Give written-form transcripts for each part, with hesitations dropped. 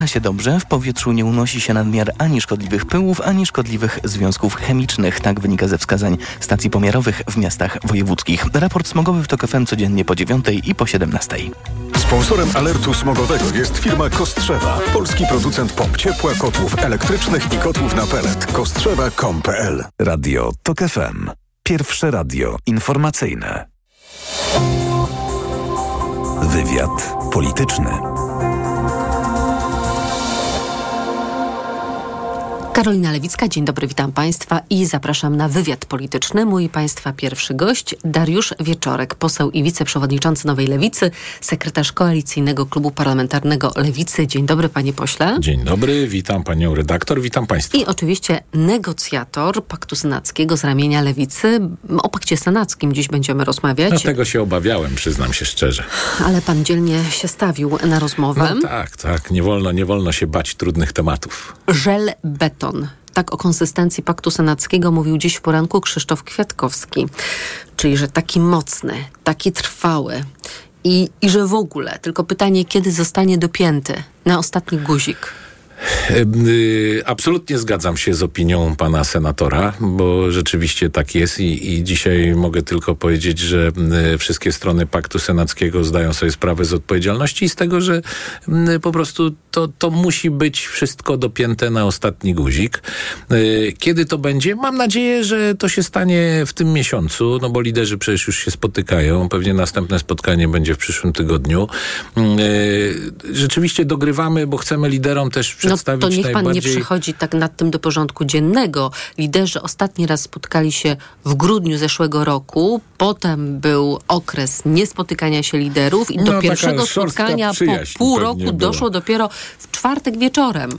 się dobrze, w powietrzu nie unosi się nadmiar ani szkodliwych pyłów, ani szkodliwych związków chemicznych. Tak wynika ze wskazań stacji pomiarowych w miastach wojewódzkich. Raport smogowy w TOK FM codziennie po 9 i po 17. Sponsorem alertu smogowego jest firma Kostrzewa. Polski producent pomp ciepła, kotłów elektrycznych i kotłów na pelet. kostrzewa.com.pl. Radio TOK FM. Pierwsze radio informacyjne. Wywiad polityczny. Karolina Lewicka, dzień dobry, witam Państwa i zapraszam na wywiad polityczny. Mój Państwa pierwszy gość, Dariusz Wieczorek, poseł i wiceprzewodniczący Nowej Lewicy, sekretarz Koalicyjnego Klubu Parlamentarnego Lewicy. Dzień dobry, panie pośle. Dzień dobry, witam panią redaktor, witam państwa. I oczywiście negocjator Paktu Senackiego z ramienia Lewicy. O Pakcie Senackim dziś będziemy rozmawiać. No tego się obawiałem, przyznam się szczerze. Ale pan dzielnie się stawił na rozmowę. No tak, nie wolno się bać trudnych tematów. Żel beton. Tak o konsystencji Paktu Senackiego mówił dziś w poranku Krzysztof Kwiatkowski. Czyli, że taki mocny, taki trwały i że w ogóle. Tylko pytanie, kiedy zostanie dopięty na ostatni guzik? Absolutnie zgadzam się z opinią pana senatora, bo rzeczywiście tak jest i dzisiaj mogę tylko powiedzieć, że wszystkie strony Paktu Senackiego zdają sobie sprawę z odpowiedzialności i z tego, że po prostu to musi być wszystko dopięte na ostatni guzik. Kiedy to będzie? Mam nadzieję, że to się stanie w tym miesiącu, no bo liderzy przecież już się spotykają. Pewnie następne spotkanie będzie w przyszłym tygodniu. Rzeczywiście dogrywamy, bo chcemy liderom też przedstawić to niech pan najbardziej... nie przychodzi tak nad tym do porządku dziennego. Liderzy ostatni raz spotkali się w grudniu zeszłego roku. Potem był okres niespotykania się liderów i do pierwszego spotkania po pół roku doszło dopiero w czwartek wieczorem.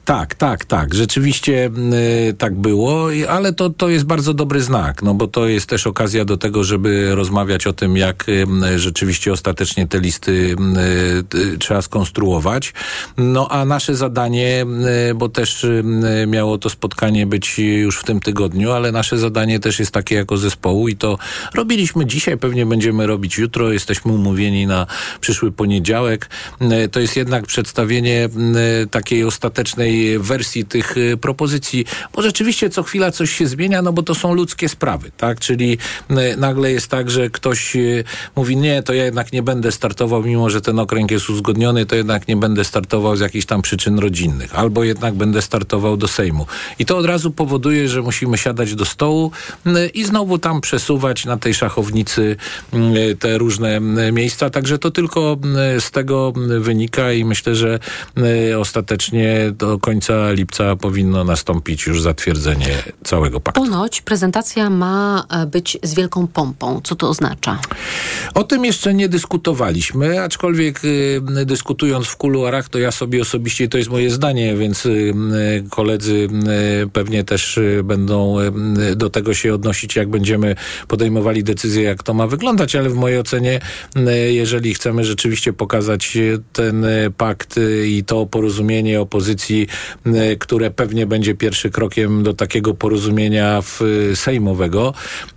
Tak. Rzeczywiście tak było, ale to jest bardzo dobry znak, no bo to jest też okazja do tego, żeby rozmawiać o tym, jak rzeczywiście ostatecznie te listy trzeba skonstruować. No a nasze zadanie, bo też miało to spotkanie być już w tym tygodniu, ale nasze zadanie też jest takie jako zespołu i to robiliśmy dzisiaj, pewnie będziemy robić jutro, jesteśmy umówieni na przyszły poniedziałek. To jest jednak przedstawienie takiej ostatecznej wersji tych propozycji, bo rzeczywiście co chwila coś się zmienia, no bo to są ludzkie sprawy, tak? Czyli nagle jest tak, że ktoś mówi, nie, to ja jednak nie będę startował, mimo że ten okręg jest uzgodniony, to jednak nie będę startował z jakichś tam przyczyn rodzinnych, albo jednak będę startował do Sejmu. I to od razu powoduje, że musimy siadać do stołu i znowu tam przesuwać na tej szachownicy te różne miejsca, także to tylko z tego wynika i myślę, że ostatecznie do końca lipca powinno nastąpić już zatwierdzenie całego paktu. Ponoć prezentacja ma być z wielką pompą. Co to oznacza? O tym jeszcze nie dyskutowaliśmy, aczkolwiek dyskutując w kuluarach, to ja sobie osobiście, to jest moje zdanie, więc koledzy pewnie też będą do tego się odnosić, jak będziemy podejmowali decyzję, jak to ma wyglądać, ale w mojej ocenie, jeżeli chcemy rzeczywiście pokazać ten pakt i to porozumienie opozycji, które pewnie będzie pierwszy krokiem do takiego porozumienia sejmowego,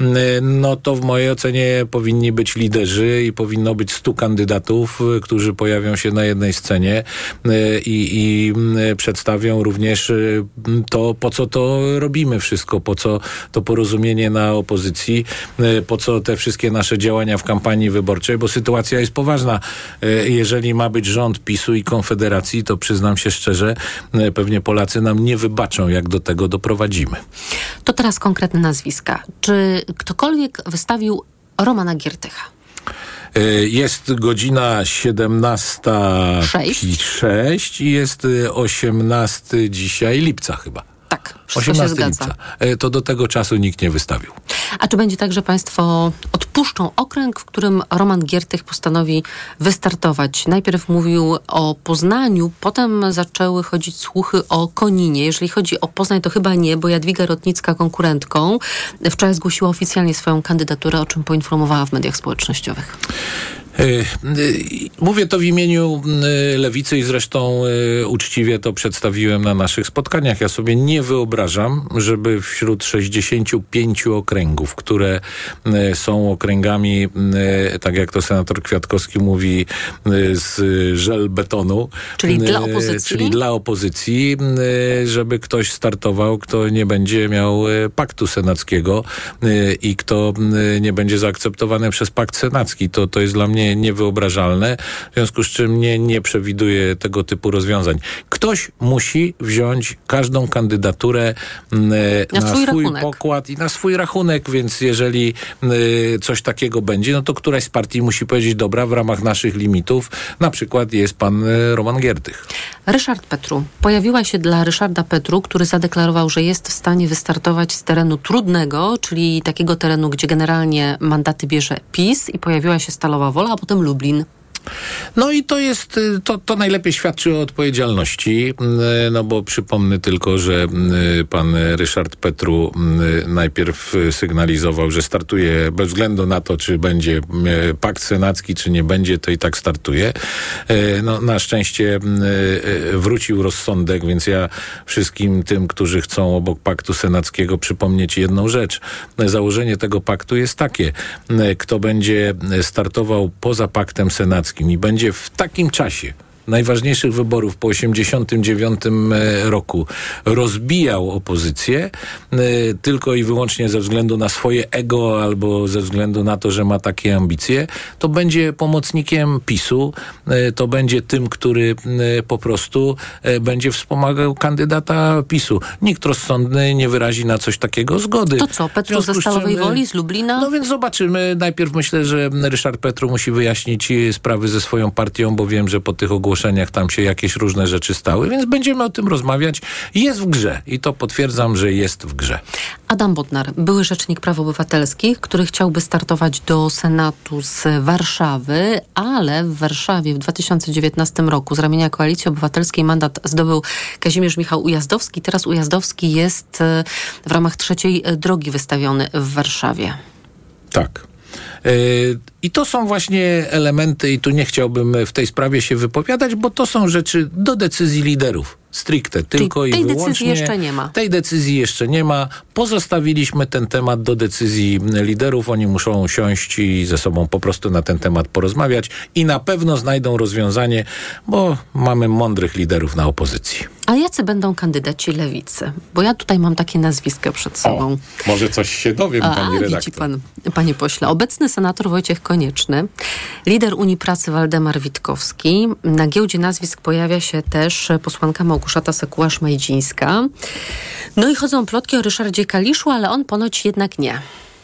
no to w mojej ocenie powinni być liderzy i powinno być 100 kandydatów, którzy pojawią się na jednej scenie i przedstawią również to, po co to robimy wszystko, po co to porozumienie na opozycji, po co te wszystkie nasze działania w kampanii wyborczej, bo sytuacja jest poważna. Jeżeli ma być rząd PiS-u i Konfederacji, to przyznam się szczerze, pewnie Polacy nam nie wybaczą, jak do tego doprowadzimy. To teraz konkretne nazwiska. Czy ktokolwiek wystawił Romana Giertycha? Jest godzina 17:06 i jest 18 dzisiaj lipca chyba. Tak, wszystko się zgadza. Lipca. To do tego czasu nikt nie wystawił. A czy będzie tak, że państwo odpuszczą okręg, w którym Roman Giertych postanowi wystartować? Najpierw mówił o Poznaniu, potem zaczęły chodzić słuchy o Koninie. Jeżeli chodzi o Poznań, to chyba nie, bo Jadwiga Rotnicka, konkurentką, wczoraj zgłosiła oficjalnie swoją kandydaturę, o czym poinformowała w mediach społecznościowych. Mówię to w imieniu Lewicy i zresztą uczciwie to przedstawiłem na naszych spotkaniach. Ja sobie nie wyobrażam, żeby wśród 65 okręgów, które są okręgami, tak jak to senator Kwiatkowski mówi, z żelbetonu. Czyli dla opozycji? Czyli dla opozycji, żeby ktoś startował, kto nie będzie miał paktu senackiego i kto nie będzie zaakceptowany przez pakt senacki. To jest dla mnie niewyobrażalne, w związku z czym nie przewiduję tego typu rozwiązań. Ktoś musi wziąć każdą kandydaturę na swój pokład i na swój rachunek, więc jeżeli coś takiego będzie, no to któraś z partii musi powiedzieć, dobra, w ramach naszych limitów, na przykład jest pan Roman Giertych. Ryszard Petru. Pojawiła się dla Ryszarda Petru, który zadeklarował, że jest w stanie wystartować z terenu trudnego, czyli takiego terenu, gdzie generalnie mandaty bierze PiS, i pojawiła się Stalowa Wola, a potem Lublin. No i to najlepiej świadczy o odpowiedzialności, no bo przypomnę tylko, że pan Ryszard Petru najpierw sygnalizował, że startuje bez względu na to, czy będzie pakt senacki, czy nie będzie, to i tak startuje. No, na szczęście wrócił rozsądek, więc ja wszystkim tym, którzy chcą obok paktu senackiego przypomnieć jedną rzecz. Założenie tego paktu jest takie: kto będzie startował poza paktem senackim i będzie w takim czasie najważniejszych wyborów po 1989 roku rozbijał opozycję tylko i wyłącznie ze względu na swoje ego albo ze względu na to, że ma takie ambicje, to będzie pomocnikiem PiS-u, to będzie tym, który po prostu będzie wspomagał kandydata PiS-u. Nikt rozsądny nie wyrazi na coś takiego zgody. To co, Petru ze Stalowej Woli, z Lublina? No więc zobaczymy. Najpierw myślę, że Ryszard Petru musi wyjaśnić sprawy ze swoją partią, bo wiem, że po tych ogłoszeniach tam się jakieś różne rzeczy stały, więc będziemy o tym rozmawiać. Jest w grze i to potwierdzam, że jest w grze. Adam Bodnar, były rzecznik praw obywatelskich, który chciałby startować do Senatu z Warszawy, ale w Warszawie w 2019 roku z ramienia Koalicji Obywatelskiej mandat zdobył Kazimierz Michał Ujazdowski. Teraz Ujazdowski jest w ramach trzeciej drogi wystawiony w Warszawie. Tak. I to są właśnie elementy, i tu nie chciałbym w tej sprawie się wypowiadać, bo to są rzeczy do decyzji liderów. Stricte, tylko i wyłącznie. Tej decyzji jeszcze nie ma. Tej decyzji jeszcze nie ma. Pozostawiliśmy ten temat do decyzji liderów. Oni muszą siąść i ze sobą po prostu na ten temat porozmawiać i na pewno znajdą rozwiązanie, bo mamy mądrych liderów na opozycji. A jacy będą kandydaci Lewicy? Bo ja tutaj mam takie nazwiska przed sobą. Może coś się dowiem, pani redaktor. Widzi pan, panie pośle. Obecny senator Wojciech Konieczny, lider Unii Pracy Waldemar Witkowski. Na giełdzie nazwisk pojawia się też posłanka Małgorzata Sekuła-Szmajdzińska. No i chodzą plotki o Ryszardzie Kaliszu, ale on ponoć jednak nie.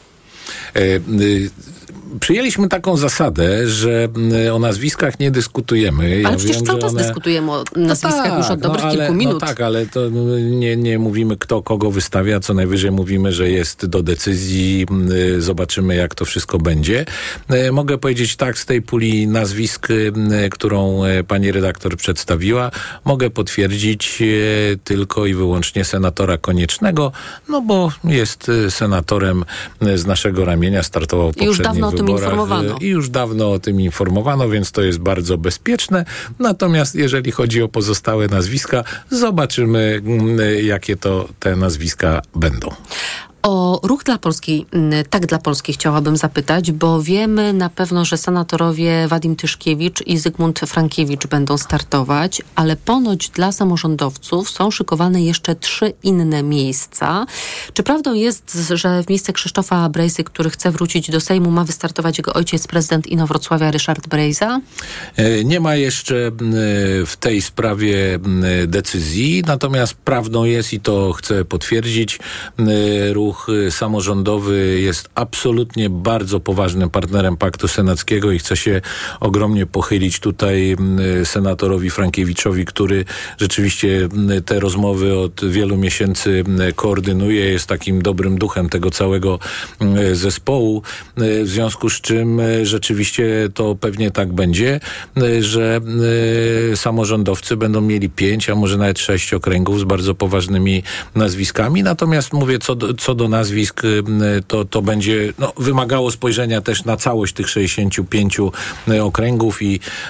Przyjęliśmy taką zasadę, że o nazwiskach nie dyskutujemy. Ale przecież cały czas dyskutujemy o nazwiskach już od dobrych kilku minut. No tak, ale to nie mówimy, kto kogo wystawia, co najwyżej mówimy, że jest do decyzji. Zobaczymy, jak to wszystko będzie. Mogę powiedzieć tak, z tej puli nazwisk, którą pani redaktor przedstawiła, mogę potwierdzić tylko i wyłącznie senatora Koniecznego, no bo jest senatorem z naszego ramienia, startował w poprzednich wyborach. I już dawno o tym informowano, więc to jest bardzo bezpieczne. Natomiast jeżeli chodzi o pozostałe nazwiska, zobaczymy, jakie to te nazwiska będą. O Ruch dla Polski, Tak dla Polski chciałabym zapytać, bo wiemy na pewno, że senatorowie Wadim Tyszkiewicz i Zygmunt Frankiewicz będą startować, ale ponoć dla samorządowców są szykowane jeszcze 3 inne miejsca. Czy prawdą jest, że w miejsce Krzysztofa Brejzy, który chce wrócić do Sejmu, ma wystartować jego ojciec, prezydent Inowrocławia Ryszard Brejza? Nie ma jeszcze w tej sprawie decyzji, natomiast prawdą jest, i to chcę potwierdzić, Ruch samorządowy jest absolutnie bardzo poważnym partnerem paktu senackiego i chce się ogromnie pochylić tutaj senatorowi Frankiewiczowi, który rzeczywiście te rozmowy od wielu miesięcy koordynuje, jest takim dobrym duchem tego całego zespołu, w związku z czym rzeczywiście to pewnie tak będzie, że samorządowcy będą mieli 5, a może nawet 6 okręgów z bardzo poważnymi nazwiskami. Natomiast mówię, co do nazwisk, to będzie wymagało spojrzenia też na całość tych 65 okręgów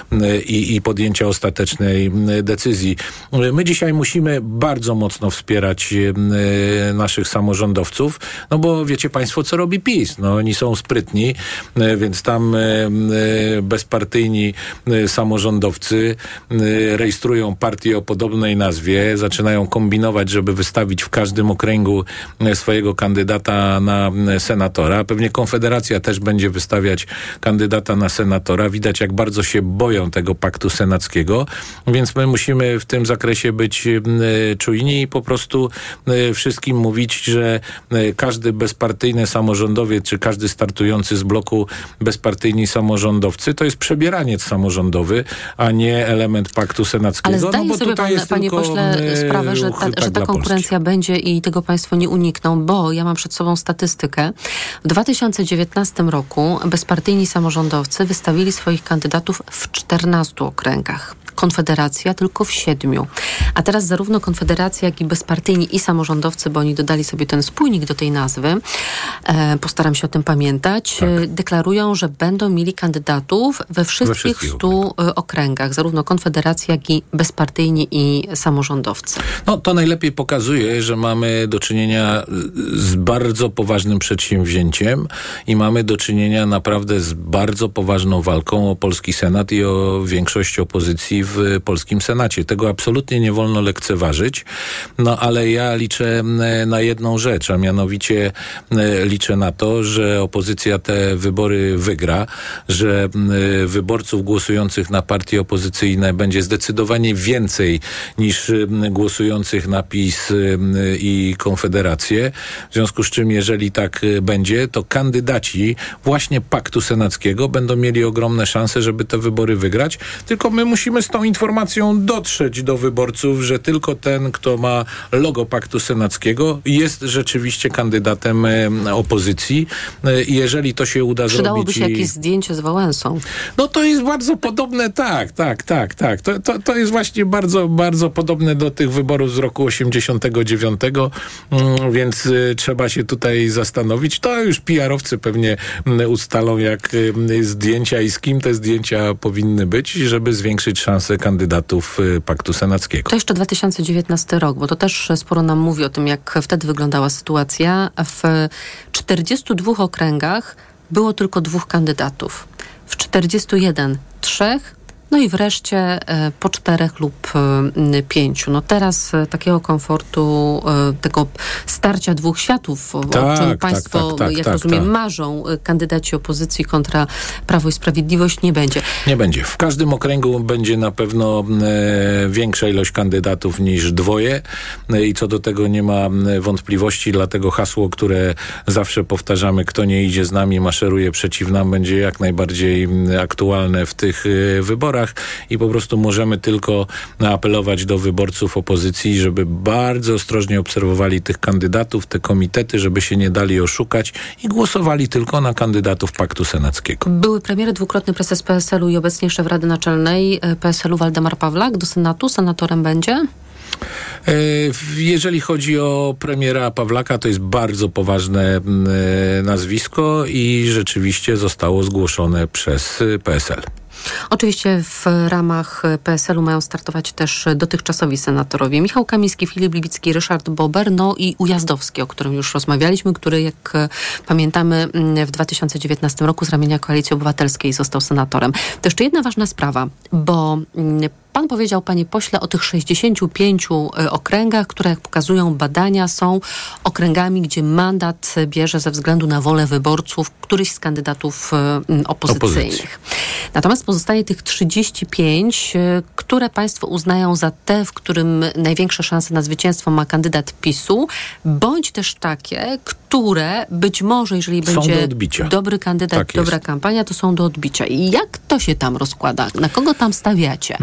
i podjęcia ostatecznej decyzji. My dzisiaj musimy bardzo mocno wspierać naszych samorządowców, bo wiecie państwo, co robi PiS. Oni są sprytni, więc tam bezpartyjni samorządowcy rejestrują partię o podobnej nazwie, zaczynają kombinować, żeby wystawić w każdym okręgu swojego kandydata na senatora. Pewnie Konfederacja też będzie wystawiać kandydata na senatora. Widać, jak bardzo się boją tego paktu senackiego, więc my musimy w tym zakresie być czujni i po prostu wszystkim mówić, że każdy bezpartyjny samorządowiec, czy każdy startujący z bloku bezpartyjni samorządowcy, to jest przebieraniec samorządowy, a nie element paktu senackiego. Ale zdaje sobie pan, panie pośle, sprawę, że ta konkurencja będzie i tego państwo nie unikną, bo ja mam przed sobą statystykę. W 2019 roku bezpartyjni samorządowcy wystawili swoich kandydatów w 14 okręgach. Konfederacja tylko w 7. A teraz zarówno Konfederacja, jak i bezpartyjni i samorządowcy, bo oni dodali sobie ten spójnik do tej nazwy, postaram się o tym pamiętać, deklarują, że będą mieli kandydatów we wszystkich 100 okręgach, zarówno Konfederacja, jak i bezpartyjni i samorządowcy. To najlepiej pokazuje, że mamy do czynienia z bardzo poważnym przedsięwzięciem i mamy do czynienia naprawdę z bardzo poważną walką o polski Senat i o większość opozycji w polskim Senacie. Tego absolutnie nie wolno lekceważyć, ale ja liczę na jedną rzecz, a mianowicie liczę na to, że opozycja te wybory wygra, że wyborców głosujących na partie opozycyjne będzie zdecydowanie więcej niż głosujących na PiS i Konfederację. W związku z czym, jeżeli tak będzie, to kandydaci właśnie paktu senackiego będą mieli ogromne szanse, żeby te wybory wygrać. Tylko my musimy z tą informacją dotrzeć do wyborców, że tylko ten, kto ma logo paktu senackiego, jest rzeczywiście kandydatem opozycji. I jeżeli to się uda Przydałoby zrobić... się jakieś zdjęcie z Wałęsą. To jest bardzo podobne, tak. To jest właśnie bardzo, bardzo podobne do tych wyborów z roku 89, więc trzeba się tutaj zastanowić. To już PR-owcy pewnie ustalą, jak zdjęcia i z kim te zdjęcia powinny być, żeby zwiększyć szanse kandydatów paktu senackiego. To jeszcze 2019 rok, bo to też sporo nam mówi o tym, jak wtedy wyglądała sytuacja. W 42 okręgach było tylko 2 kandydatów. W 41 3, i wreszcie po 4 lub 5. Teraz takiego komfortu, tego starcia 2 światów, o czym państwo, rozumiem, marzą kandydaci opozycji kontra Prawo i Sprawiedliwość, nie będzie. Nie będzie. W każdym okręgu będzie na pewno większa ilość kandydatów niż 2 i co do tego nie ma wątpliwości, dlatego hasło, które zawsze powtarzamy, kto nie idzie z nami, maszeruje przeciw nam, będzie jak najbardziej aktualne w tych wyborach i po prostu możemy tylko apelować do wyborców opozycji, żeby bardzo ostrożnie obserwowali tych kandydatów, te komitety, żeby się nie dali oszukać i głosowali tylko na kandydatów paktu senackiego. Były premier, 2-krotny prezes PSL-u i obecnie szef Rady Naczelnej PSL-u Waldemar Pawlak do Senatu. Senatorem będzie? Jeżeli chodzi o premiera Pawlaka, to jest bardzo poważne nazwisko i rzeczywiście zostało zgłoszone przez PSL. Oczywiście w ramach PSL-u mają startować też dotychczasowi senatorowie Michał Kamiński, Filip Gliwicki, Ryszard Bober, i Ujazdowski, o którym już rozmawialiśmy, który, jak pamiętamy, w 2019 roku z ramienia Koalicji Obywatelskiej został senatorem. To jeszcze jedna ważna sprawa, bo pan powiedział, panie pośle, o tych 65 okręgach, które, jak pokazują badania, są okręgami, gdzie mandat bierze ze względu na wolę wyborców któryś z kandydatów opozycyjnych. Natomiast pozostaje tych 35, które państwo uznają za te, w którym największe szanse na zwycięstwo ma kandydat PiS-u, bądź też takie, które być może, jeżeli będzie dobry kandydat, dobra kampania, to są do odbicia. I jak to się tam rozkłada? Na kogo tam stawiacie? Tam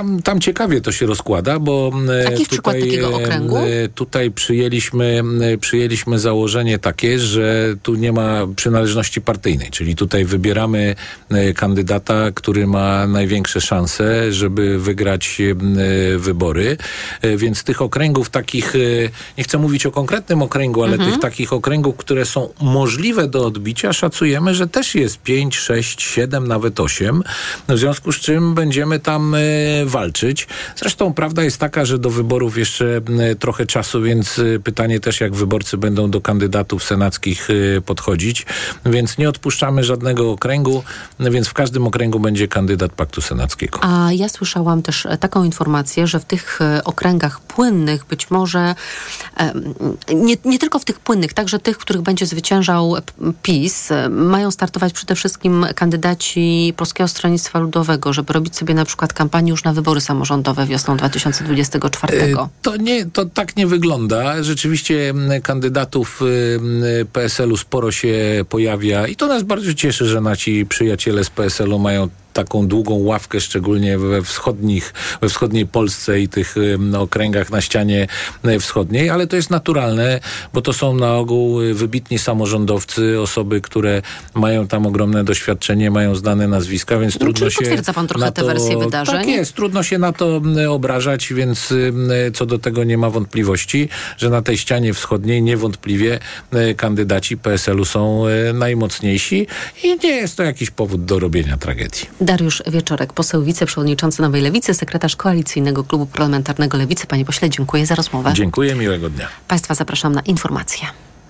tam ciekawie to się rozkłada, bo Jaki przykład takiego okręgu? Tutaj przyjęliśmy założenie takie, że tu nie ma przynależności partyjnej, czyli tutaj wybieramy kandydata, który ma największe szanse, żeby wygrać wybory, więc tych okręgów takich, nie chcę mówić o konkretnym okręgu, ale tych takich okręgów, które są możliwe do odbicia, szacujemy, że też jest 5, 6, 7, nawet 8, w związku z czym będziemy tam walczyć. Zresztą prawda jest taka, że do wyborów jeszcze trochę czasu, więc pytanie też, jak wyborcy będą do kandydatów senackich podchodzić, więc nie odpuszczamy żadnego okręgu, więc w każdym okręgu będzie kandydat Paktu Senackiego. A ja słyszałam też taką informację, że w tych okręgach płynnych być może, nie tylko w tych płynnych, także tych, w których będzie zwyciężał PiS, mają startować przede wszystkim kandydaci Polskiego Stronnictwa Ludowego, żeby robić sobie na przykład kampanię już na wybory samorządowe wiosną 2024. To tak nie wygląda. Rzeczywiście kandydatów PSL-u sporo się pojawia i to nas bardzo cieszy, że nasi przyjaciele z PSL-u mają taką długą ławkę, szczególnie we wschodniej Polsce i tych okręgach na ścianie wschodniej, ale to jest naturalne, bo to są na ogół wybitni samorządowcy, osoby, które mają tam ogromne doświadczenie, mają znane nazwiska, więc trudno się... potwierdza pan trochę tę wersję wydarzeń? Tak jest, trudno się na to obrażać, więc co do tego nie ma wątpliwości, że na tej ścianie wschodniej niewątpliwie kandydaci PSL-u są najmocniejsi i nie jest to jakiś powód do robienia tragedii. Dariusz Wieczorek, poseł wiceprzewodniczący Nowej Lewicy, sekretarz Koalicyjnego Klubu Parlamentarnego Lewicy. Panie pośle, dziękuję za rozmowę. Dziękuję, miłego dnia. Państwa zapraszam na informacje.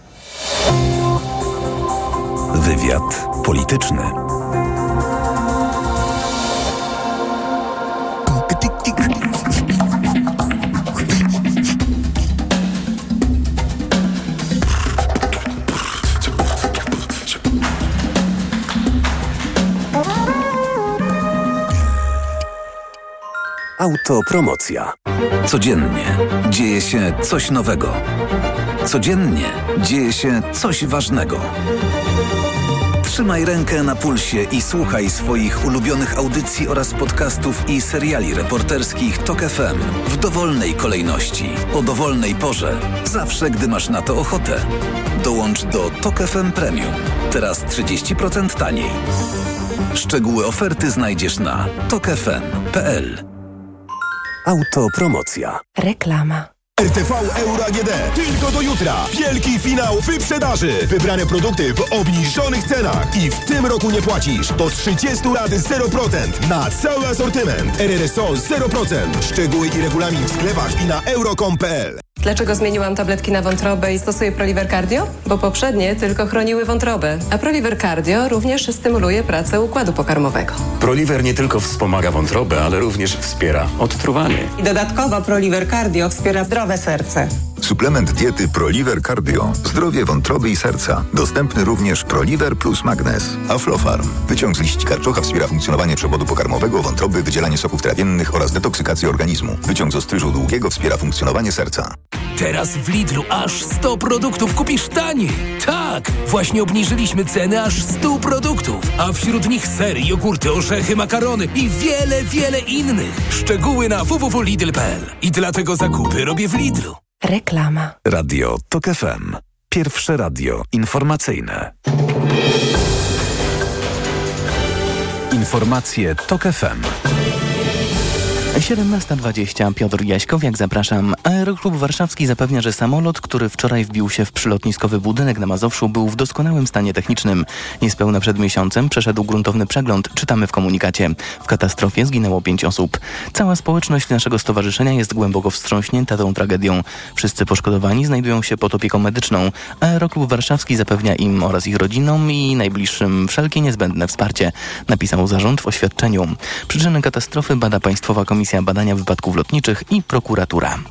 Wywiad polityczny. Autopromocja. Codziennie dzieje się coś nowego. Codziennie dzieje się coś ważnego. Trzymaj rękę na pulsie i słuchaj swoich ulubionych audycji oraz podcastów i seriali reporterskich TOK FM w dowolnej kolejności, o dowolnej porze, zawsze gdy masz na to ochotę. Dołącz do TOK FM Premium. Teraz 30% taniej. Szczegóły oferty znajdziesz na tokfm.pl. Autopromocja. Reklama. RTV Euro AGD. Tylko do jutra. Wielki finał wyprzedaży. Wybrane produkty w obniżonych cenach. I w tym roku nie płacisz. Do 30 lat 0% na cały asortyment. RRSO 0%. Szczegóły i regulamin w sklepach i na euro.com.pl. Dlaczego zmieniłam tabletki na wątrobę i stosuję Proliver Cardio? Bo poprzednie tylko chroniły wątrobę, a Proliver Cardio również stymuluje pracę układu pokarmowego. Proliver nie tylko wspomaga wątrobę, ale również wspiera odtruwanie. I dodatkowo Proliver Cardio wspiera zdrowe serce. Suplement diety Proliver Cardio. Zdrowie wątroby i serca. Dostępny również Proliver plus Magnez. Aflofarm. Wyciąg z liści karczocha wspiera funkcjonowanie przewodu pokarmowego, wątroby, wydzielanie soków trawiennych oraz detoksykację organizmu. Wyciąg z ostryżu długiego wspiera funkcjonowanie serca. Teraz w Lidlu aż 100 produktów kupisz taniej. Tak! Właśnie obniżyliśmy ceny aż 100 produktów. A wśród nich sery, jogurty, orzechy, makarony i wiele, wiele innych. Szczegóły na www.lidl.pl. I dlatego zakupy robię w Lidlu. Reklama. Radio TOK FM. Pierwsze radio informacyjne. Informacje TOK FM. 17:20. Piotr Jaśkowiak, zapraszam. Aeroklub Warszawski zapewnia, że samolot, który wczoraj wbił się w przylotniskowy budynek na Mazowszu, był w doskonałym stanie technicznym. Niespełna przed miesiącem przeszedł gruntowny przegląd, czytamy w komunikacie. W katastrofie zginęło 5 osób. Cała społeczność naszego stowarzyszenia jest głęboko wstrząśnięta tą tragedią. Wszyscy poszkodowani znajdują się pod opieką medyczną. Aeroklub Warszawski zapewnia im oraz ich rodzinom i najbliższym wszelkie niezbędne wsparcie, napisał zarząd w oświadczeniu. Przyczyny katastrofy bada Państwowa Komisja Badania Wypadków Lotniczych i prokuratura.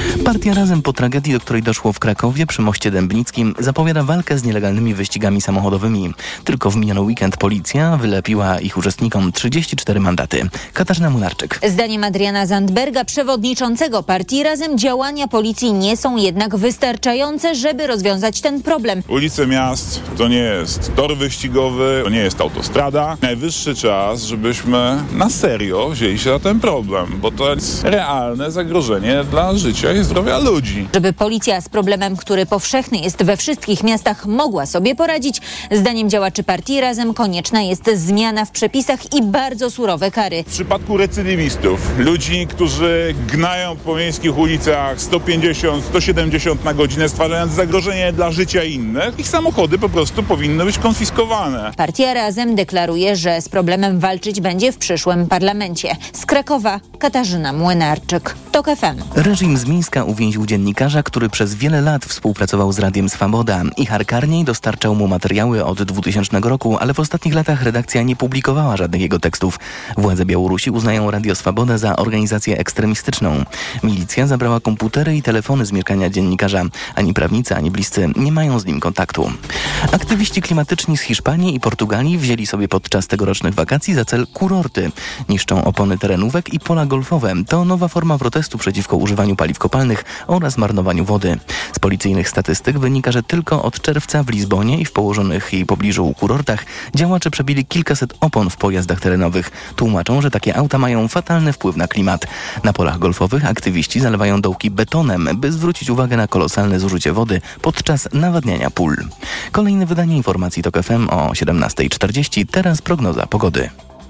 Partia Razem po tragedii, do której doszło w Krakowie przy moście Dębnickim, zapowiada walkę z nielegalnymi wyścigami samochodowymi. Tylko w miniony weekend policja wylepiła ich uczestnikom 34 mandaty. Katarzyna Młynarczyk. Zdaniem Adriana Zandberga, przewodniczącego Partii Razem, działania policji nie są jednak wystarczające, żeby rozwiązać ten problem. Ulice miast to nie jest tor wyścigowy, to nie jest autostrada. Najwyższy czas, żebyśmy na serio wzięli się za ten problem, bo to jest realne zagrożenie dla życia i zdrowia ludzi. Żeby policja z problemem, który powszechny jest we wszystkich miastach, mogła sobie poradzić, zdaniem działaczy Partii Razem konieczna jest zmiana w przepisach i bardzo surowe kary. W przypadku recydywistów, ludzi, którzy gnają po miejskich ulicach 150, 170 na godzinę, stwarzając zagrożenie dla życia innych, ich samochody po prostu powinny być konfiskowane. Partia Razem deklaruje, że z problemem walczyć będzie w przyszłym parlamencie. Z Krakowa Katarzyna Młynarczyk, TOK FM. Reżim z Mińska uwięził dziennikarza, który przez wiele lat współpracował z Radiem Swaboda. Ichar Karniej dostarczał mu materiały od 2000 roku, ale w ostatnich latach redakcja nie publikowała żadnych jego tekstów. Władze Białorusi uznają Radio Swaboda za organizację ekstremistyczną. Milicja zabrała komputery i telefony z mieszkania dziennikarza. Ani prawnicy, ani bliscy nie mają z nim kontaktu. Aktywiści klimatyczni z Hiszpanii i Portugalii wzięli sobie podczas tegorocznych wakacji za cel kurorty. Niszczą opony terenówek i pola golfowe. To nowa forma protestu przeciwko używaniu paliw kopalnych oraz marnowaniu wody. Z policyjnych statystyk wynika, że tylko od czerwca w Lizbonie i w położonych jej pobliżu kurortach działacze przebili kilkaset opon w pojazdach terenowych. Tłumaczą, że takie auta mają fatalny wpływ na klimat. Na polach golfowych aktywiści zalewają dołki betonem, by zwrócić uwagę na kolosalne zużycie wody podczas nawadniania pól. Kolejne wydanie informacji TOK FM o 17:40. Teraz prognoza pogody.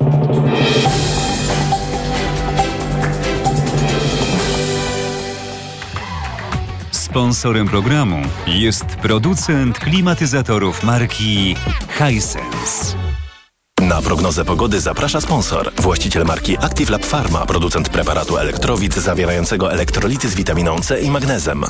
Sponsorem programu jest producent klimatyzatorów marki Hisense. Na prognozę pogody zaprasza sponsor. Właściciel marki Active Lab Pharma, producent preparatu elektrowid zawierającego elektrolity z witaminą C i magnezem.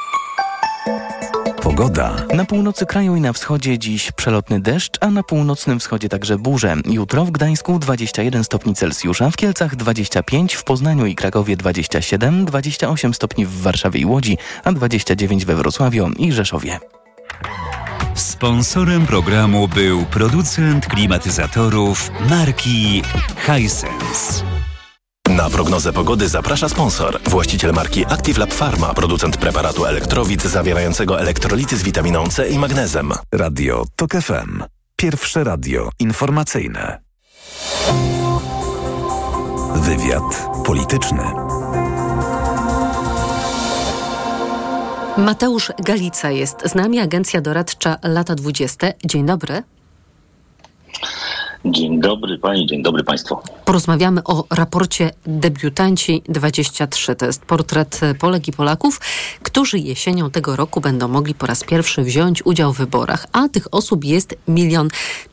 Pogoda. Na północy kraju i na wschodzie dziś przelotny deszcz, a na północnym wschodzie także burze. Jutro w Gdańsku 21 stopni Celsjusza, w Kielcach 25, w Poznaniu i Krakowie 27, 28 stopni w Warszawie i Łodzi, a 29 we Wrocławiu i Rzeszowie. Sponsorem programu był producent klimatyzatorów marki Hisense. Na prognozę pogody zaprasza sponsor. Właściciel marki Active Lab Pharma, producent preparatu elektrowid zawierającego elektrolity z witaminą C i magnezem. Radio TOK FM. Pierwsze radio informacyjne. Wywiad polityczny. Mateusz Galica jest z nami, agencja doradcza Lata 20. Dzień dobry. Dzień dobry Pani, dzień dobry Państwu. Porozmawiamy o raporcie Debiutanci 23. To jest portret Polek i Polaków, którzy jesienią tego roku będą mogli po raz pierwszy wziąć udział w wyborach, a tych osób jest 1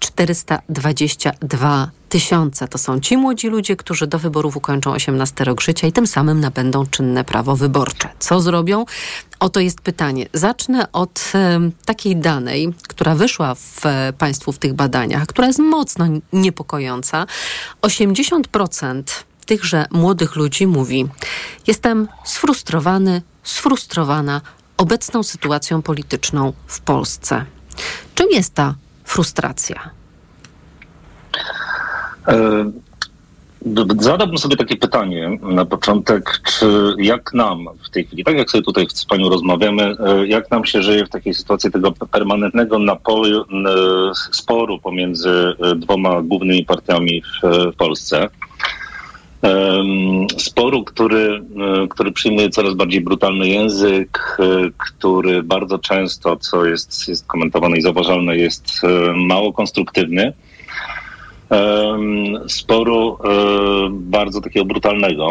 422 000. To są ci młodzi ludzie, którzy do wyborów ukończą 18 rok życia i tym samym nabędą czynne prawo wyborcze. Co zrobią? Oto jest pytanie. Zacznę od takiej danej, która wyszła Państwu w tych badaniach, która jest mocno niepokojąca. 80% tychże młodych ludzi mówi: jestem sfrustrowana obecną sytuacją polityczną w Polsce. Czym jest ta frustracja? Zadałbym sobie takie pytanie na początek, czy jak nam w tej chwili, tak jak sobie tutaj z Panią rozmawiamy, jak nam się żyje w takiej sytuacji tego permanentnego napoju, sporu pomiędzy dwoma głównymi partiami w Polsce. Sporu, który przyjmuje coraz bardziej brutalny język, który bardzo często, co jest komentowane i zauważalne, jest mało konstruktywny. Sporu bardzo takiego brutalnego.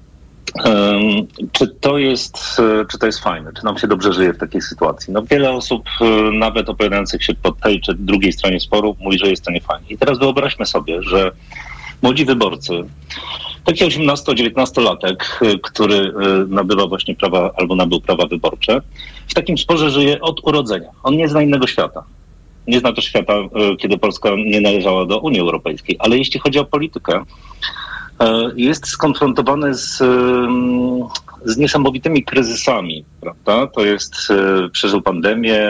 Czy to jest fajne? Czy nam się dobrze żyje w takiej sytuacji? No wiele osób, nawet opowiadających się po tej czy drugiej stronie sporu, mówi, że jest to niefajnie. I teraz wyobraźmy sobie, że młodzi wyborcy, taki 18-19-latek, który nabywa właśnie prawa albo nabył prawa wyborcze, w takim sporze żyje od urodzenia. On nie zna innego świata. Nie zna też świata, kiedy Polska nie należała do Unii Europejskiej. Ale jeśli chodzi o politykę, jest skonfrontowany z niesamowitymi kryzysami, prawda? To jest, przeżył pandemię,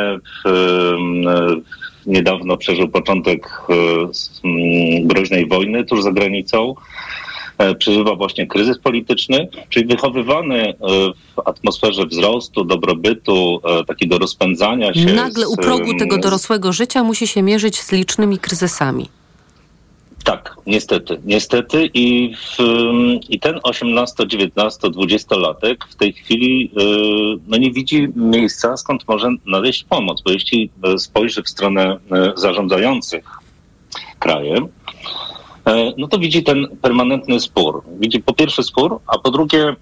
niedawno przeżył początek groźnej wojny tuż za granicą, przeżywa właśnie kryzys polityczny, czyli wychowywany w atmosferze wzrostu, dobrobytu, takiego rozpędzania się. Nagle u progu tego dorosłego życia musi się mierzyć z licznymi kryzysami. Tak, niestety i ten 18, 19, 20-latek w tej chwili nie widzi miejsca, skąd może nadejść pomoc, bo jeśli spojrzy w stronę zarządzających krajem, no to widzi ten permanentny spór. Widzi po pierwsze spór, a po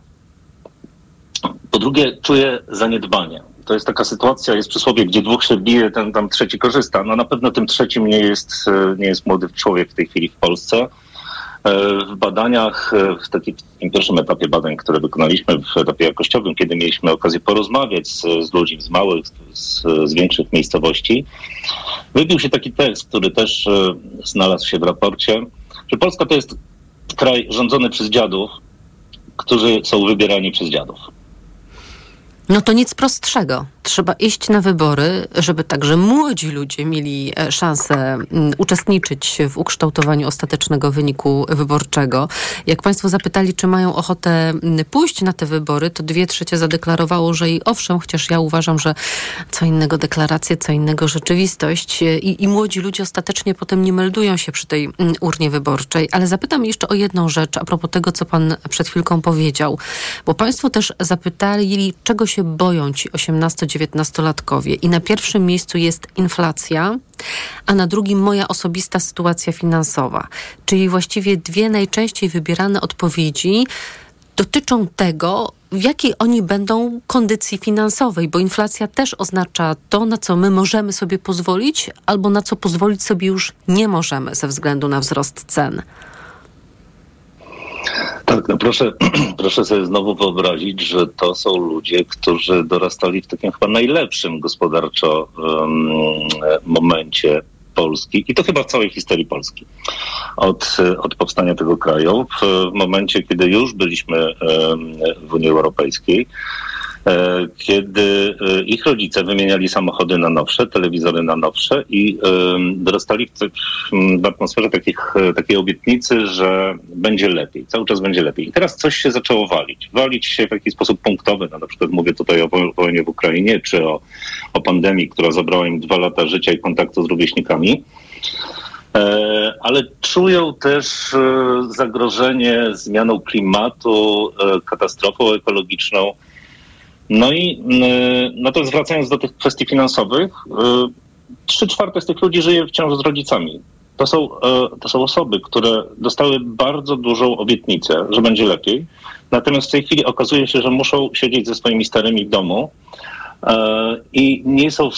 drugie czuje zaniedbanie. To jest taka sytuacja, jest przysłowie, gdzie dwóch się bije, ten tam trzeci korzysta. No na pewno tym trzecim nie jest młody człowiek w tej chwili w Polsce. W badaniach, w takim pierwszym etapie badań, które wykonaliśmy, w etapie jakościowym, kiedy mieliśmy okazję porozmawiać z ludźmi z małych, z większych miejscowości, wybił się taki tekst, który też znalazł się w raporcie, że Polska to jest kraj rządzony przez dziadów, którzy są wybierani przez dziadów. No to nic prostszego. Trzeba iść na wybory, żeby także młodzi ludzie mieli szansę uczestniczyć w ukształtowaniu ostatecznego wyniku wyborczego. Jak państwo zapytali, czy mają ochotę pójść na te wybory, to 2/3 zadeklarowało, że i owszem, chociaż ja uważam, że co innego deklaracje, co innego rzeczywistość i młodzi ludzie ostatecznie potem nie meldują się przy tej urnie wyborczej. Ale zapytam jeszcze o jedną rzecz a propos tego, co pan przed chwilką powiedział, bo państwo też zapytali, czego się boją ci 18-19-latkowie i na pierwszym miejscu jest inflacja, a na drugim moja osobista sytuacja finansowa. Czyli właściwie dwie najczęściej wybierane odpowiedzi dotyczą tego, w jakiej oni będą kondycji finansowej, bo inflacja też oznacza to, na co my możemy sobie pozwolić, albo na co pozwolić sobie już nie możemy ze względu na wzrost cen. Tak, no proszę sobie znowu wyobrazić, że to są ludzie, którzy dorastali w takim chyba najlepszym gospodarczo momencie Polski i to chyba w całej historii Polski od powstania tego kraju. W momencie, kiedy już byliśmy w Unii Europejskiej, kiedy ich rodzice wymieniali samochody na nowsze, telewizory na nowsze i dorastali w atmosferze takiej obietnicy, że będzie lepiej, cały czas będzie lepiej. I teraz coś się zaczęło walić. Walić się w jakiś sposób punktowy, no na przykład mówię tutaj o wojnie w Ukrainie, czy o pandemii, która zabrała im 2 lata życia i kontaktu z rówieśnikami. Ale czują też zagrożenie zmianą klimatu, katastrofą ekologiczną. No i natomiast wracając do tych kwestii finansowych, 3/4 z tych ludzi żyje wciąż z rodzicami. To są osoby, które dostały bardzo dużą obietnicę, że będzie lepiej. Natomiast w tej chwili okazuje się, że muszą siedzieć ze swoimi starymi w domu i nie są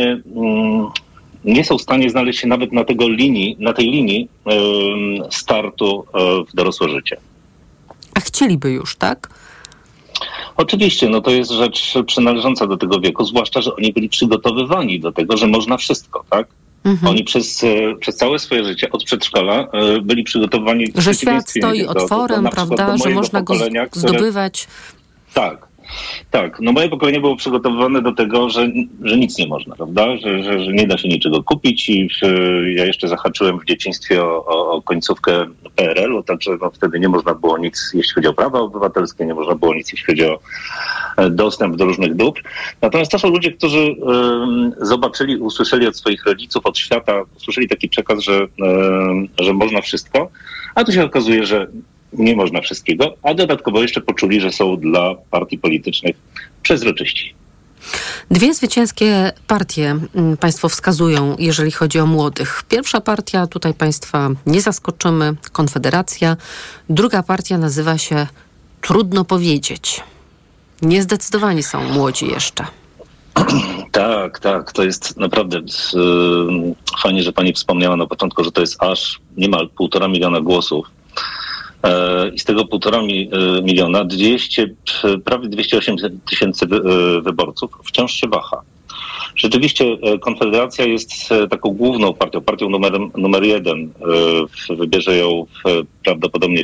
w stanie znaleźć się nawet na tej linii startu w dorosłe życie. A chcieliby już, tak? Oczywiście, no to jest rzecz przynależąca do tego wieku, zwłaszcza, że oni byli przygotowywani do tego, że można wszystko, tak? Oni przez całe swoje życie, od przedszkola, byli przygotowani... Że świat stoi otworem, prawda, że można go zdobywać. Tak. No moje pokolenie było przygotowywane do tego, że nic nie można, prawda? Że nie da się niczego kupić i ja jeszcze zahaczyłem w dzieciństwie o końcówkę PRL-u, także no wtedy nie można było nic, jeśli chodzi o prawa obywatelskie, nie można było nic, jeśli chodzi o dostęp do różnych dóbr. Natomiast to są ludzie, którzy usłyszeli od swoich rodziców, od świata, usłyszeli taki przekaz, że można wszystko, a tu się okazuje, że nie można wszystkiego, a dodatkowo jeszcze poczuli, że są dla partii politycznych przezroczyści. 2 zwycięskie partie państwo wskazują, jeżeli chodzi o młodych. Pierwsza partia, tutaj państwa nie zaskoczymy, Konfederacja. Druga partia nazywa się Trudno powiedzieć. Niezdecydowani są młodzi jeszcze. Tak. To jest naprawdę fajnie, że pani wspomniała na początku, że to jest aż niemal 1,5 miliona głosów. I z tego 1,5 miliona prawie 208 tysięcy wyborców wciąż się waha. Rzeczywiście Konfederacja jest taką główną partią numer 1. Wybierze ją prawdopodobnie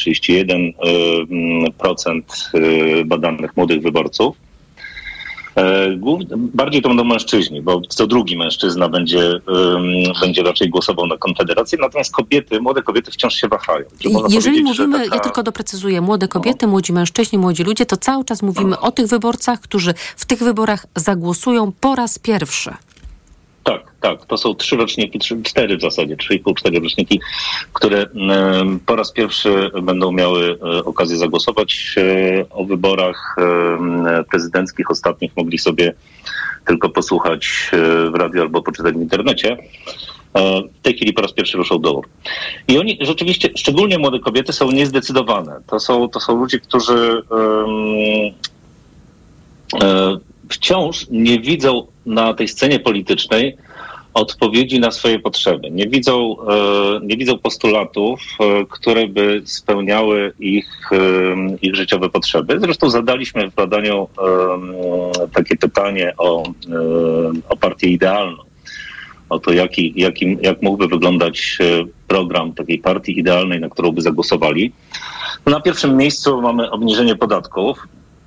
30-31% badanych młodych wyborców. Bardziej to będą mężczyźni, bo co drugi mężczyzna będzie raczej głosował na Konfederację, natomiast młode kobiety wciąż się wahają. Jeżeli mówimy, ja tylko doprecyzuję, młode kobiety, młodzi mężczyźni, młodzi ludzie, to cały czas mówimy o tych wyborcach, którzy w tych wyborach zagłosują po raz pierwszy. Tak. To są 3 roczniki, 4 w zasadzie, 3,5-4 roczniki, które po raz pierwszy będą miały okazję zagłosować o wyborach prezydenckich. Ostatnich mogli sobie tylko posłuchać w radiu albo poczytać w internecie. W tej chwili po raz pierwszy ruszą do urn. I oni rzeczywiście, szczególnie młode kobiety, są niezdecydowane. To są ludzie, którzy wciąż nie widzą na tej scenie politycznej odpowiedzi na swoje potrzeby. Nie widzą postulatów, które by spełniały ich życiowe potrzeby. Zresztą zadaliśmy w badaniu takie pytanie o partię idealną. O to, jak mógłby wyglądać program takiej partii idealnej, na którą by zagłosowali. Na pierwszym miejscu mamy obniżenie podatków.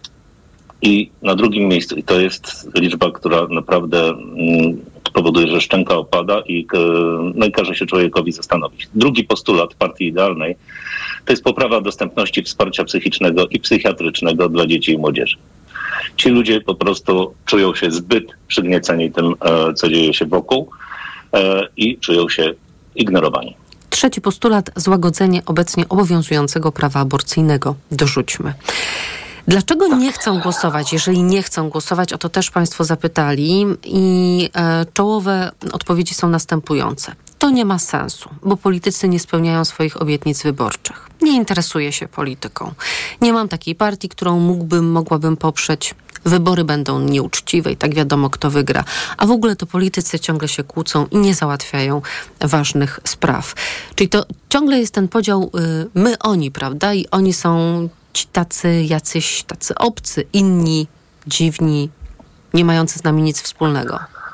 I na drugim miejscu, i to jest liczba, która naprawdę powoduje, że szczęka opada i każe się człowiekowi zastanowić. Drugi postulat partii idealnej to jest poprawa dostępności wsparcia psychicznego i psychiatrycznego dla dzieci i młodzieży. Ci ludzie po prostu czują się zbyt przygnieceni tym, co dzieje się wokół i czują się ignorowani. Trzeci postulat, złagodzenie obecnie obowiązującego prawa aborcyjnego. Dorzućmy. Dlaczego nie chcą głosować? Jeżeli nie chcą głosować, o to też Państwo zapytali i czołowe odpowiedzi są następujące. To nie ma sensu, bo politycy nie spełniają swoich obietnic wyborczych. Nie interesuję się polityką. Nie mam takiej partii, którą mogłabym poprzeć. Wybory będą nieuczciwe i tak wiadomo, kto wygra. A w ogóle to politycy ciągle się kłócą i nie załatwiają ważnych spraw. Czyli to ciągle jest ten podział my-oni, prawda? I oni są ci tacy obcy, inni, dziwni, nie mający z nami nic wspólnego.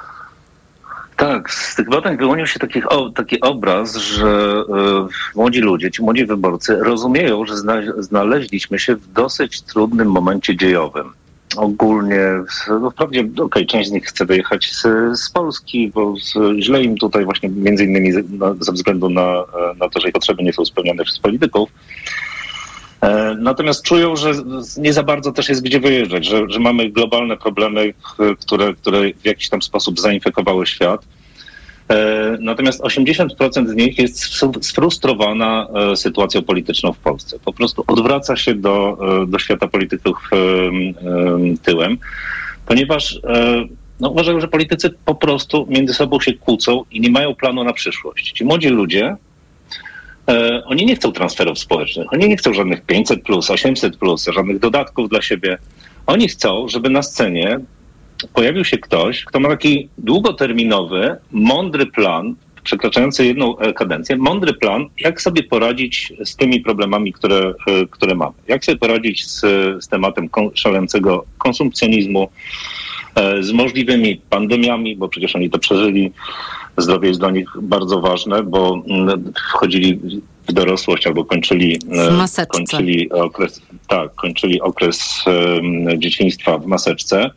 Tak, z tych badań wyłonił się taki obraz, że młodzi ludzie, ci młodzi wyborcy rozumieją, że znaleźliśmy się w dosyć trudnym momencie dziejowym. Ogólnie, wprawdzie część z nich chce wyjechać z Polski, bo źle im tutaj właśnie między innymi ze względu na to, że ich potrzeby nie są spełniane przez polityków. Natomiast czują, że nie za bardzo też jest gdzie wyjeżdżać, że mamy globalne problemy, które w jakiś tam sposób zainfekowały świat. Natomiast 80% z nich jest sfrustrowana sytuacją polityczną w Polsce. Po prostu odwraca się do świata polityków tyłem, ponieważ uważają, że politycy po prostu między sobą się kłócą i nie mają planu na przyszłość. Ci młodzi ludzie, oni nie chcą transferów społecznych, oni nie chcą żadnych 500+, 800+, żadnych dodatków dla siebie. Oni chcą, żeby na scenie pojawił się ktoś, kto ma taki długoterminowy, mądry plan, przekraczający jedną kadencję, mądry plan, jak sobie poradzić z tymi problemami, które mamy. Jak sobie poradzić z tematem szalejącego konsumpcjonizmu, z możliwymi pandemiami, bo przecież oni to przeżyli. Zdrowie jest dla nich bardzo ważne, bo wchodzili w dorosłość albo kończyli okres dzieciństwa w maseczce.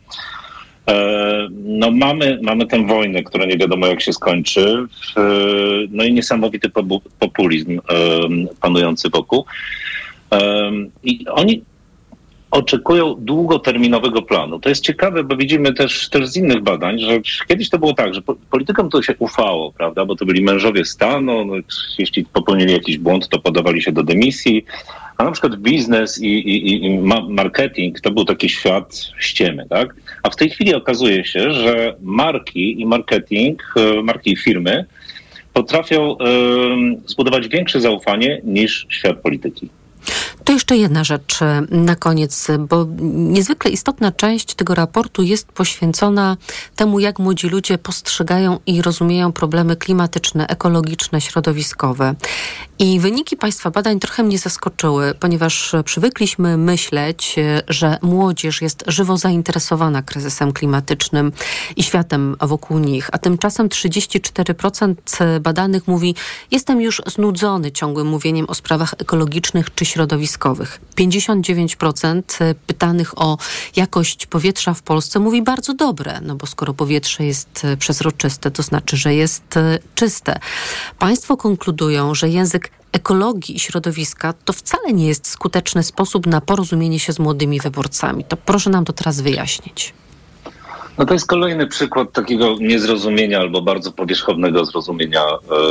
Mamy tę wojnę, która nie wiadomo jak się skończy. I niesamowity populizm panujący wokół. I oni oczekują długoterminowego planu. To jest ciekawe, bo widzimy też z innych badań, że kiedyś to było tak, że politykom to się ufało, prawda, bo to byli mężowie stanu, jeśli popełnili jakiś błąd, to podawali się do dymisji, a na przykład biznes i marketing to był taki świat ściemy, tak? A w tej chwili okazuje się, że marki i marketing, marki i firmy potrafią zbudować większe zaufanie niż świat polityki. To jeszcze jedna rzecz na koniec, bo niezwykle istotna część tego raportu jest poświęcona temu, jak młodzi ludzie postrzegają i rozumieją problemy klimatyczne, ekologiczne, środowiskowe. I wyniki państwa badań trochę mnie zaskoczyły, ponieważ przywykliśmy myśleć, że młodzież jest żywo zainteresowana kryzysem klimatycznym i światem wokół nich, a tymczasem 34% badanych mówi: jestem już znudzony ciągłym mówieniem o sprawach ekologicznych czy środowiskowych. 59% pytanych o jakość powietrza w Polsce mówi: bardzo dobre, no bo skoro powietrze jest przezroczyste, to znaczy, że jest czyste. Państwo konkludują, że język ekologii i środowiska to wcale nie jest skuteczny sposób na porozumienie się z młodymi wyborcami. To proszę nam to teraz wyjaśnić. No to jest kolejny przykład takiego niezrozumienia albo bardzo powierzchownego zrozumienia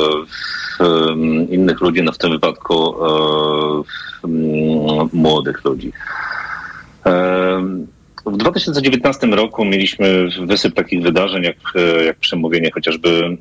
innych ludzi, no w tym wypadku młodych ludzi. W 2019 roku mieliśmy wysyp takich wydarzeń, jak przemówienie chociażby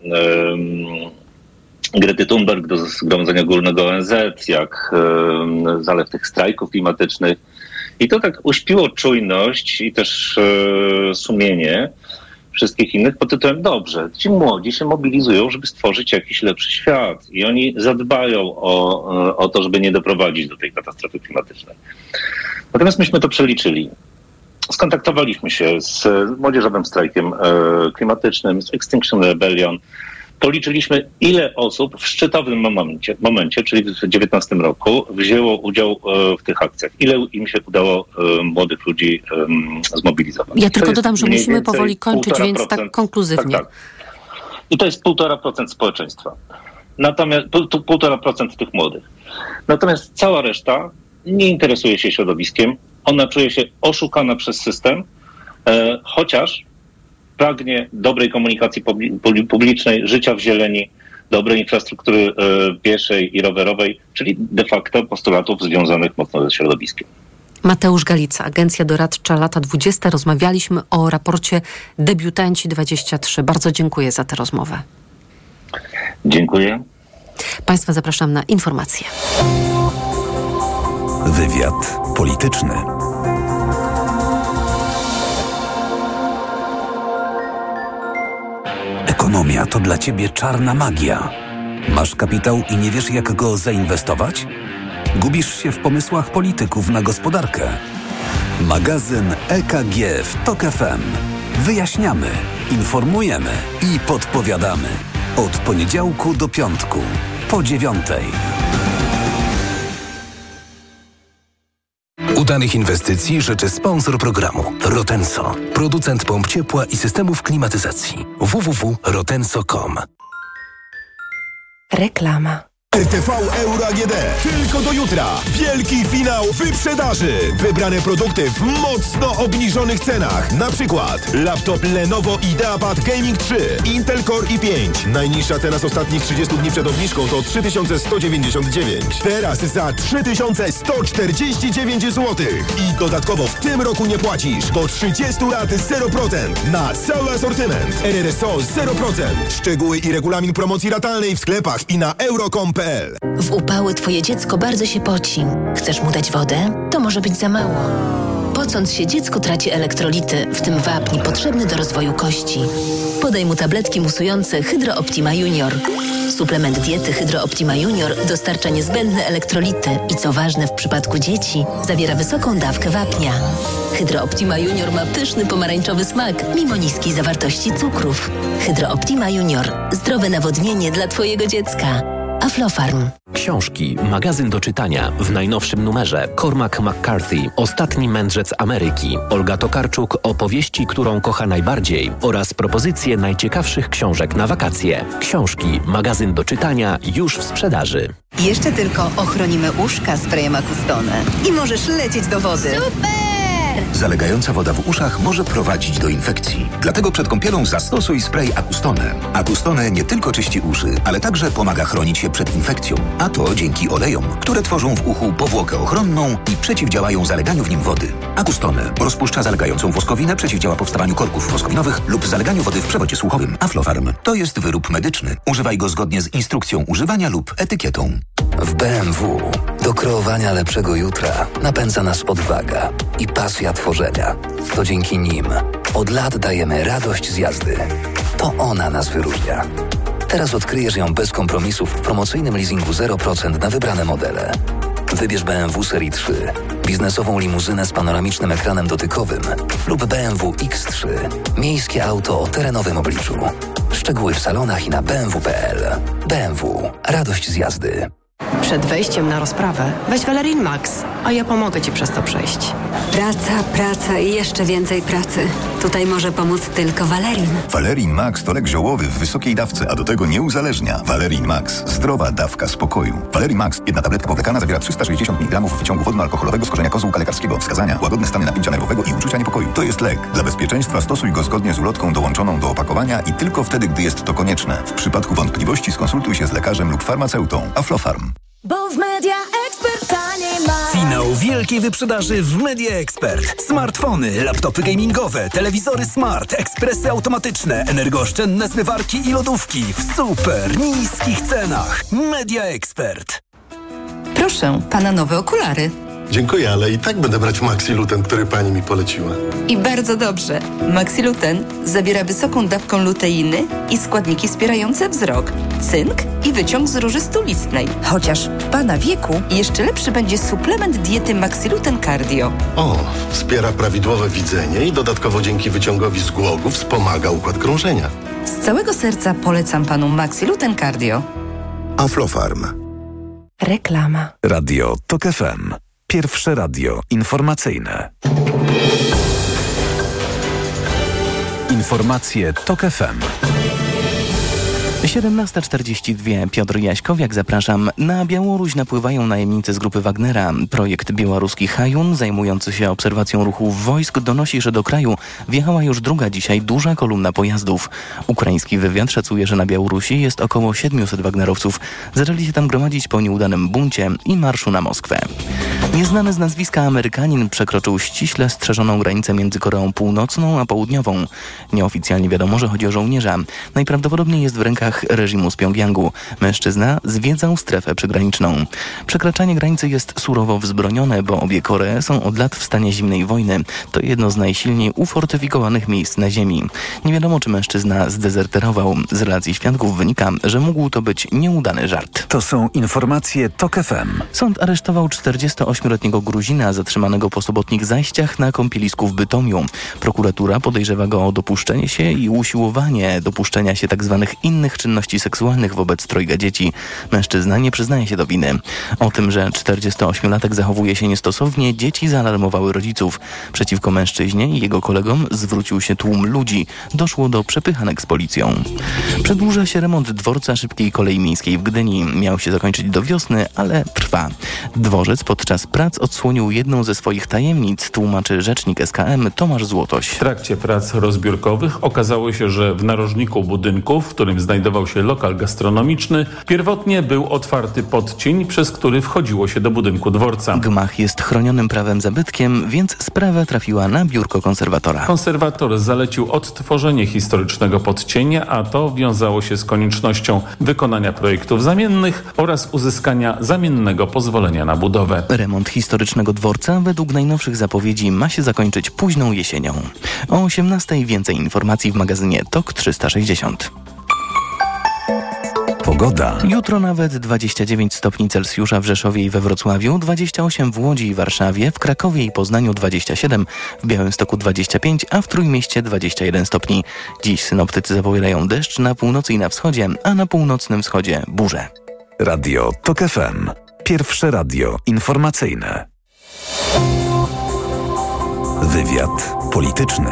Grety Thunberg do Zgromadzenia Ogólnego ONZ, jak zalew tych strajków klimatycznych. I to tak uśpiło czujność i też sumienie wszystkich innych pod tytułem: dobrze, ci młodzi się mobilizują, żeby stworzyć jakiś lepszy świat i oni zadbają o to, żeby nie doprowadzić do tej katastrofy klimatycznej. Natomiast myśmy to przeliczyli. Skontaktowaliśmy się z młodzieżowym strajkiem klimatycznym, z Extinction Rebellion. Policzyliśmy, ile osób w szczytowym momencie, czyli w 2019 roku, wzięło udział w tych akcjach. Ile im się udało młodych ludzi zmobilizować. Ja tylko dodam, że musimy powoli kończyć, więc tak konkluzywnie. Tak. I to jest 1,5% społeczeństwa. Natomiast 1,5% tych młodych. Natomiast cała reszta nie interesuje się środowiskiem. Ona czuje się oszukana przez system, chociaż pragnie dobrej komunikacji publicznej, życia w zieleni, dobrej infrastruktury pieszej i rowerowej, czyli de facto postulatów związanych mocno ze środowiskiem. Mateusz Galica, Agencja Doradcza Lata 20. Rozmawialiśmy o raporcie Debiutanci 23. Bardzo dziękuję za tę rozmowę. Dziękuję. Państwa zapraszam na informacje. Wywiad polityczny. Ekonomia to dla ciebie czarna magia. Masz kapitał i nie wiesz, jak go zainwestować? Gubisz się w pomysłach polityków na gospodarkę? Magazyn EKG w TOK FM. Wyjaśniamy, informujemy i podpowiadamy. Od poniedziałku do piątku, po 9:00. Udanych inwestycji życzy sponsor programu Rotenso, producent pomp ciepła i systemów klimatyzacji. www.rotenso.com. Reklama. RTV Euro AGD. Tylko do jutra. Wielki finał wyprzedaży. Wybrane produkty w mocno obniżonych cenach. Na przykład laptop Lenovo IdeaPad Gaming 3, Intel Core i5. Najniższa cena z ostatnich 30 dni przed obniżką to 3199. Teraz za 3149 zł. I dodatkowo w tym roku nie płacisz. Do 30 lat 0% na cały asortyment. RRSO 0%. Szczegóły i regulamin promocji ratalnej w sklepach i na euro.com.pl. W upały twoje dziecko bardzo się poci. Chcesz mu dać wodę? To może być za mało. Pocąc się, dziecko traci elektrolity, w tym wapń potrzebny do rozwoju kości. Podaj mu tabletki musujące Hydro Optima Junior. Suplement diety Hydro Optima Junior dostarcza niezbędne elektrolity i co ważne w przypadku dzieci, zawiera wysoką dawkę wapnia. Hydro Optima Junior ma pyszny pomarańczowy smak, mimo niskiej zawartości cukrów. Hydro Optima Junior. Zdrowe nawodnienie dla twojego dziecka. Aflofarm. Książki, magazyn do czytania. W najnowszym numerze Cormac McCarthy, Ostatni mędrzec Ameryki. Olga Tokarczuk, opowieści, którą kocha najbardziej oraz propozycje najciekawszych książek na wakacje. Książki, magazyn do czytania już w sprzedaży. Jeszcze tylko ochronimy uszka sprayem Acustone i możesz lecieć do wody. Super! Zalegająca woda w uszach może prowadzić do infekcji. Dlatego przed kąpielą zastosuj spray Acustone. Acustone nie tylko czyści uszy, ale także pomaga chronić się przed infekcją. A to dzięki olejom, które tworzą w uchu powłokę ochronną i przeciwdziałają zaleganiu w nim wody. Acustone rozpuszcza zalegającą woskowinę, przeciwdziała powstawaniu korków woskowinowych lub zaleganiu wody w przewodzie słuchowym. Aflofarm to jest wyrób medyczny. Używaj go zgodnie z instrukcją używania lub etykietą. W BMW do kreowania lepszego jutra napędza nas odwaga i pasja tworzenia. To dzięki nim od lat dajemy radość z jazdy. To ona nas wyróżnia. Teraz odkryjesz ją bez kompromisów w promocyjnym leasingu 0% na wybrane modele. Wybierz BMW serii 3, biznesową limuzynę z panoramicznym ekranem dotykowym lub BMW X3, miejskie auto o terenowym obliczu. Szczegóły w salonach i na bmw.pl. BMW. Radość z jazdy. Przed wejściem na rozprawę weź Valerin Max, a ja pomogę Ci przez to przejść. Praca i jeszcze więcej pracy. Tutaj może pomóc tylko Valerin. Valerin Max to lek ziołowy w wysokiej dawce, a do tego nie uzależnia. Valerin Max. Zdrowa dawka spokoju. Valerin Max. Jedna tabletka powlekana zawiera 360 mg wyciągu wodno-alkoholowego z korzenia kozłka lekarskiego. Wskazania: łagodne stany napięcia nerwowego i uczucia niepokoju. To jest lek. Dla bezpieczeństwa stosuj go zgodnie z ulotką dołączoną do opakowania i tylko wtedy, gdy jest to konieczne. W przypadku wątpliwości skonsultuj się z lekarzem lub farmaceutą. Aflofarm. Bo w Media Expert taniej ma. Finał wielkiej wyprzedaży w Media Expert. Smartfony, laptopy gamingowe, telewizory smart, ekspresy automatyczne, energooszczędne zmywarki i lodówki w super niskich cenach. Media Expert. Proszę, pana nowe okulary. Dziękuję, ale i tak będę brać Maxiluten, który pani mi poleciła. I bardzo dobrze. Maxiluten zawiera wysoką dawką luteiny i składniki wspierające wzrok, cynk i wyciąg z róży stulistnej. Chociaż w pana wieku jeszcze lepszy będzie suplement diety Maxiluten Cardio. O, wspiera prawidłowe widzenie i dodatkowo dzięki wyciągowi z głogu wspomaga układ krążenia. Z całego serca polecam panu Maxiluten Cardio. Aflofarm. Reklama. Radio TOK FM. Pierwsze radio informacyjne. Informacje TOK FM. 17:42. Piotr Jaśkowiak, zapraszam. Na Białoruś napływają najemnicy z grupy Wagnera. Projekt białoruski Hajun, zajmujący się obserwacją ruchów wojsk, donosi, że do kraju wjechała już druga dzisiaj duża kolumna pojazdów. Ukraiński wywiad szacuje, że na Białorusi jest około 700 wagnerowców. Zaczęli się tam gromadzić po nieudanym buncie i marszu na Moskwę. Nieznany z nazwiska Amerykanin przekroczył ściśle strzeżoną granicę między Koreą Północną a Południową. Nieoficjalnie wiadomo, że chodzi o żołnierza. Najprawdopodobniej jest w rękach reżimu z Pjongjangu. Mężczyzna zwiedzał strefę przygraniczną. Przekraczanie granicy jest surowo wzbronione, bo obie Koree są od lat w stanie zimnej wojny. To jedno z najsilniej ufortyfikowanych miejsc na ziemi. Nie wiadomo, czy mężczyzna zdezerterował. Z relacji świadków wynika, że mógł to być nieudany żart. To są informacje TOK FM. Sąd aresztował 48-letniego Gruzina zatrzymanego po sobotnich zajściach na kąpielisku w Bytomiu. Prokuratura podejrzewa go o dopuszczenie się i usiłowanie dopuszczenia się tzw. innych czynności seksualnych wobec trojga dzieci. Mężczyzna nie przyznaje się do winy. O tym, że 48-latek zachowuje się niestosownie, dzieci zaalarmowały rodziców. Przeciwko mężczyźnie i jego kolegom zwrócił się tłum ludzi. Doszło do przepychanek z policją. Przedłuża się remont dworca szybkiej kolei miejskiej w Gdyni. Miał się zakończyć do wiosny, ale trwa. Dworzec podczas prac odsłonił jedną ze swoich tajemnic, tłumaczy rzecznik SKM Tomasz Złotoś. W trakcie prac rozbiórkowych okazało się, że w narożniku budynku, w którym znajdował się lokal gastronomiczny, pierwotnie był otwarty podcień, przez który wchodziło się do budynku dworca. Gmach jest chronionym prawem zabytkiem, więc sprawa trafiła na biurko konserwatora. Konserwator zalecił odtworzenie historycznego podcienia, a to wiązało się z koniecznością wykonania projektów zamiennych oraz uzyskania zamiennego pozwolenia na budowę. Remont historycznego dworca według najnowszych zapowiedzi ma się zakończyć późną jesienią. O 18:00 więcej informacji w magazynie TOK 360. Pogoda. Jutro nawet 29 stopni Celsjusza w Rzeszowie i we Wrocławiu, 28 w Łodzi i Warszawie, w Krakowie i Poznaniu 27, w Białymstoku 25, a w Trójmieście 21 stopni. Dziś synoptycy zapowiadają deszcz na północy i na wschodzie, a na północnym wschodzie burze. Radio TOK FM. Pierwsze radio informacyjne. Wywiad polityczny.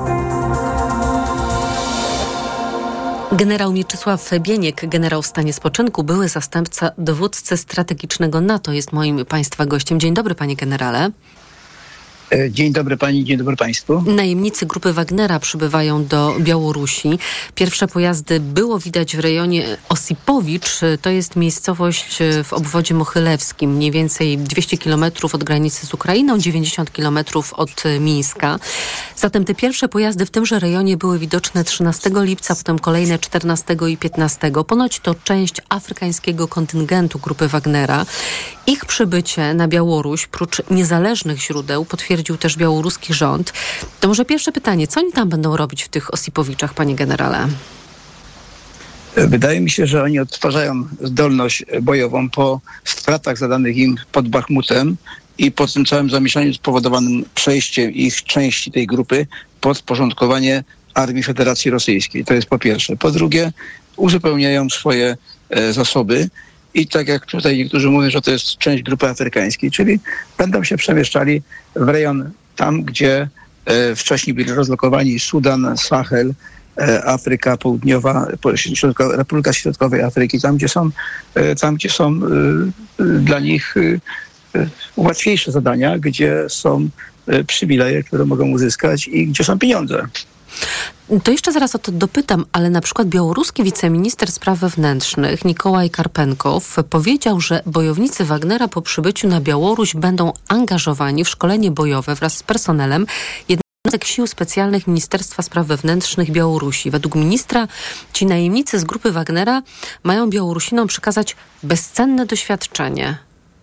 Generał Mieczysław Bieniek, generał w stanie spoczynku, były zastępca dowódcy strategicznego NATO, jest moim państwa gościem. Dzień dobry, panie generale. Dzień dobry pani, dzień dobry państwu. Najemnicy grupy Wagnera przybywają do Białorusi. Pierwsze pojazdy było widać w rejonie Osipowicz. To jest miejscowość w obwodzie mochylewskim, mniej więcej 200 km od granicy z Ukrainą, 90 km od Mińska. Zatem te pierwsze pojazdy w tymże rejonie były widoczne 13 lipca, potem kolejne 14 i 15. Ponoć to część afrykańskiego kontyngentu grupy Wagnera. Ich przybycie na Białoruś, prócz niezależnych źródeł, potwierdził też białoruski rząd. To może pierwsze pytanie, co oni tam będą robić w tych Osipowiczach, panie generale? Wydaje mi się, że oni odtwarzają zdolność bojową po stratach zadanych im pod Bachmutem i po tym całym zamieszaniu spowodowanym przejściem ich części tej grupy pod porządkowanie Armii Federacji Rosyjskiej. To jest po pierwsze. Po drugie, uzupełniają swoje zasoby i tak jak tutaj niektórzy mówią, że to jest część grupy afrykańskiej, czyli będą się przemieszczali w rejon tam, gdzie wcześniej byli rozlokowani Sudan, Sahel, Afryka Południowa, Republika Środkowej Afryki, tam gdzie są dla nich łatwiejsze zadania, gdzie są przywileje, które mogą uzyskać i gdzie są pieniądze. To jeszcze zaraz o to dopytam, ale na przykład białoruski wiceminister spraw wewnętrznych Nikołaj Karpenkow powiedział, że bojownicy Wagnera po przybyciu na Białoruś będą angażowani w szkolenie bojowe wraz z personelem jednostek sił specjalnych Ministerstwa Spraw Wewnętrznych Białorusi. Według ministra ci najemnicy z grupy Wagnera mają Białorusinom przekazać bezcenne doświadczenie.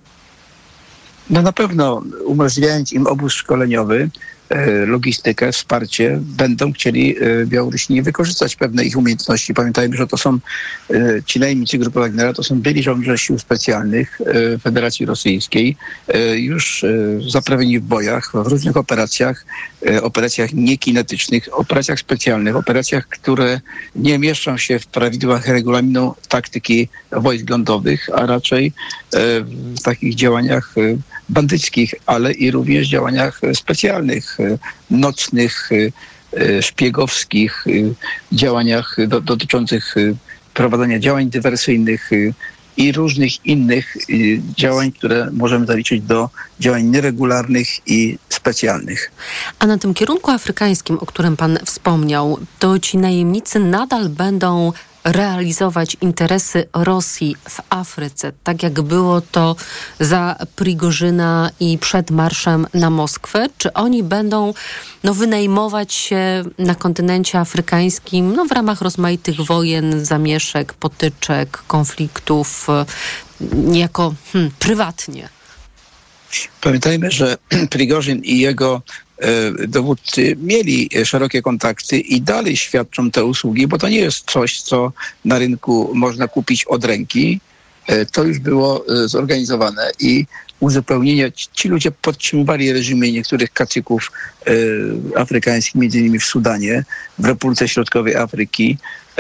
No na pewno umożliwiając im obóz szkoleniowy, logistykę, wsparcie, będą chcieli Białorusini wykorzystać pewne ich umiejętności. Pamiętajmy, że to są ci najemnicy grupy Wagnera, to są byli żołnierze sił specjalnych Federacji Rosyjskiej, już zaprawieni w bojach, w różnych operacjach niekinetycznych, operacjach specjalnych, operacjach, które nie mieszczą się w prawidłach regulaminu taktyki wojsk lądowych, a raczej w takich działaniach bandyckich, ale i również działaniach specjalnych, nocnych, szpiegowskich, działaniach dotyczących prowadzenia działań dywersyjnych i różnych innych działań, które możemy zaliczyć do działań nieregularnych i specjalnych. A na tym kierunku afrykańskim, o którym pan wspomniał, to ci najemnicy nadal będą realizować interesy Rosji w Afryce, tak jak było to za Prigorzyna i przed marszem na Moskwę? Czy oni będą wynajmować się na kontynencie afrykańskim w ramach rozmaitych wojen, zamieszek, potyczek, konfliktów niejako prywatnie? Pamiętajmy, że Prigorzyn i jego dowódcy mieli szerokie kontakty i dalej świadczą te usługi, bo to nie jest coś, co na rynku można kupić od ręki. To już było zorganizowane i uzupełnienie. Ci ludzie podtrzymywali reżimy niektórych kacyków afrykańskich, między innymi w Sudanie, w Republice Środkowej Afryki,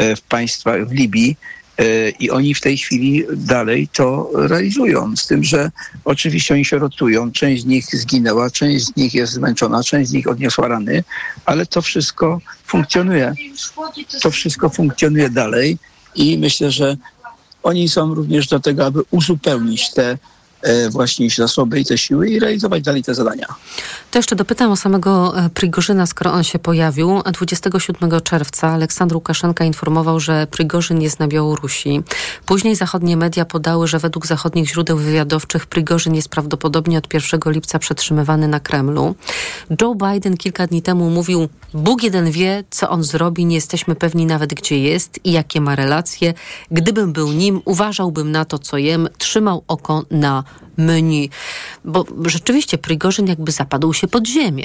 w Libii. I oni w tej chwili dalej to realizują. Z tym, że oczywiście oni się rotują. Część z nich zginęła, część z nich jest zmęczona, część z nich odniosła rany, ale to wszystko funkcjonuje. To wszystko funkcjonuje dalej i myślę, że oni są również do tego, aby uzupełnić te właśnie zasoby i te siły i realizować dalej te zadania. To jeszcze dopytam o samego Prigorzyna, skoro on się pojawił. 27 czerwca Aleksandr Łukaszenka informował, że Prigorzyn jest na Białorusi. Później zachodnie media podały, że według zachodnich źródeł wywiadowczych Prigorzyn jest prawdopodobnie od 1 lipca przetrzymywany na Kremlu. Joe Biden kilka dni temu mówił: Bóg jeden wie, co on zrobi, nie jesteśmy pewni nawet, gdzie jest i jakie ma relacje. Gdybym był nim, uważałbym na to, co jem, trzymał oko na menu. Bo rzeczywiście Prigorzyn jakby zapadł się pod ziemię.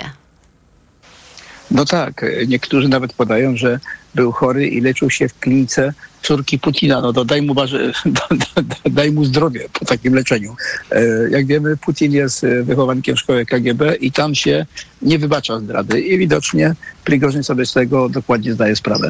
No tak, niektórzy nawet podają, że był chory i leczył się w klinice córki Putina. No to daj mu zdrowie po takim leczeniu. Jak wiemy, Putin jest wychowankiem szkoły KGB i tam się nie wybacza zdrady. I widocznie Prigorzyn sobie z tego dokładnie zdaje sprawę.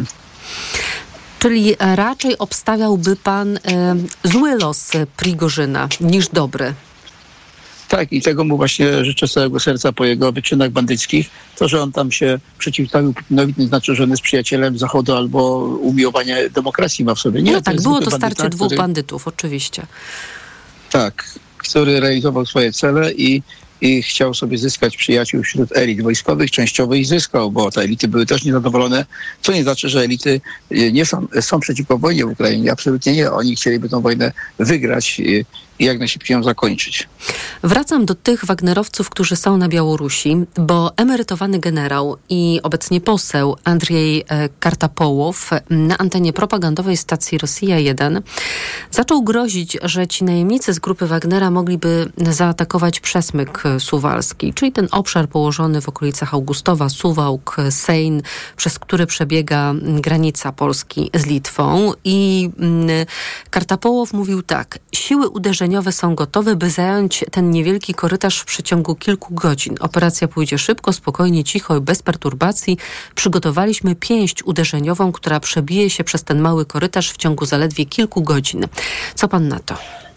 Czyli raczej obstawiałby pan zły los Prigorzyna niż dobry. Tak, i tego mu właśnie życzę z całego serca po jego wyczynach bandyckich. To, że on tam się przeciwstawił Putinowi, nie znaczy, że on jest przyjacielem Zachodu albo umiłowania demokracji ma w sobie. Nie, no tak, było to starcie dwóch bandytów, oczywiście. Tak, który realizował swoje cele i i chciał sobie zyskać przyjaciół wśród elit wojskowych. Częściowo ich zyskał, bo te elity były też niezadowolone, co nie znaczy, że elity nie są przeciwko wojnie w Ukrainie. Absolutnie nie. Oni chcieliby tę wojnę wygrać i jak najszybciej ją zakończyć. Wracam do tych Wagnerowców, którzy są na Białorusi, bo emerytowany generał i obecnie poseł Andrzej Kartapołow na antenie propagandowej stacji Rosja 1 zaczął grozić, że ci najemnicy z grupy Wagnera mogliby zaatakować Przesmyk Suwalski, czyli ten obszar położony w okolicach Augustowa, Suwałk, Sejn, przez który przebiega granica Polski z Litwą. I Kartapołow mówił tak: siły uderzeniowe są gotowe, by zająć ten niewielki korytarz w przeciągu kilku godzin. Operacja pójdzie szybko, spokojnie, cicho i bez perturbacji. Przygotowaliśmy pięść uderzeniową, która przebije się przez ten mały korytarz w ciągu zaledwie kilku godzin. Co pan na to?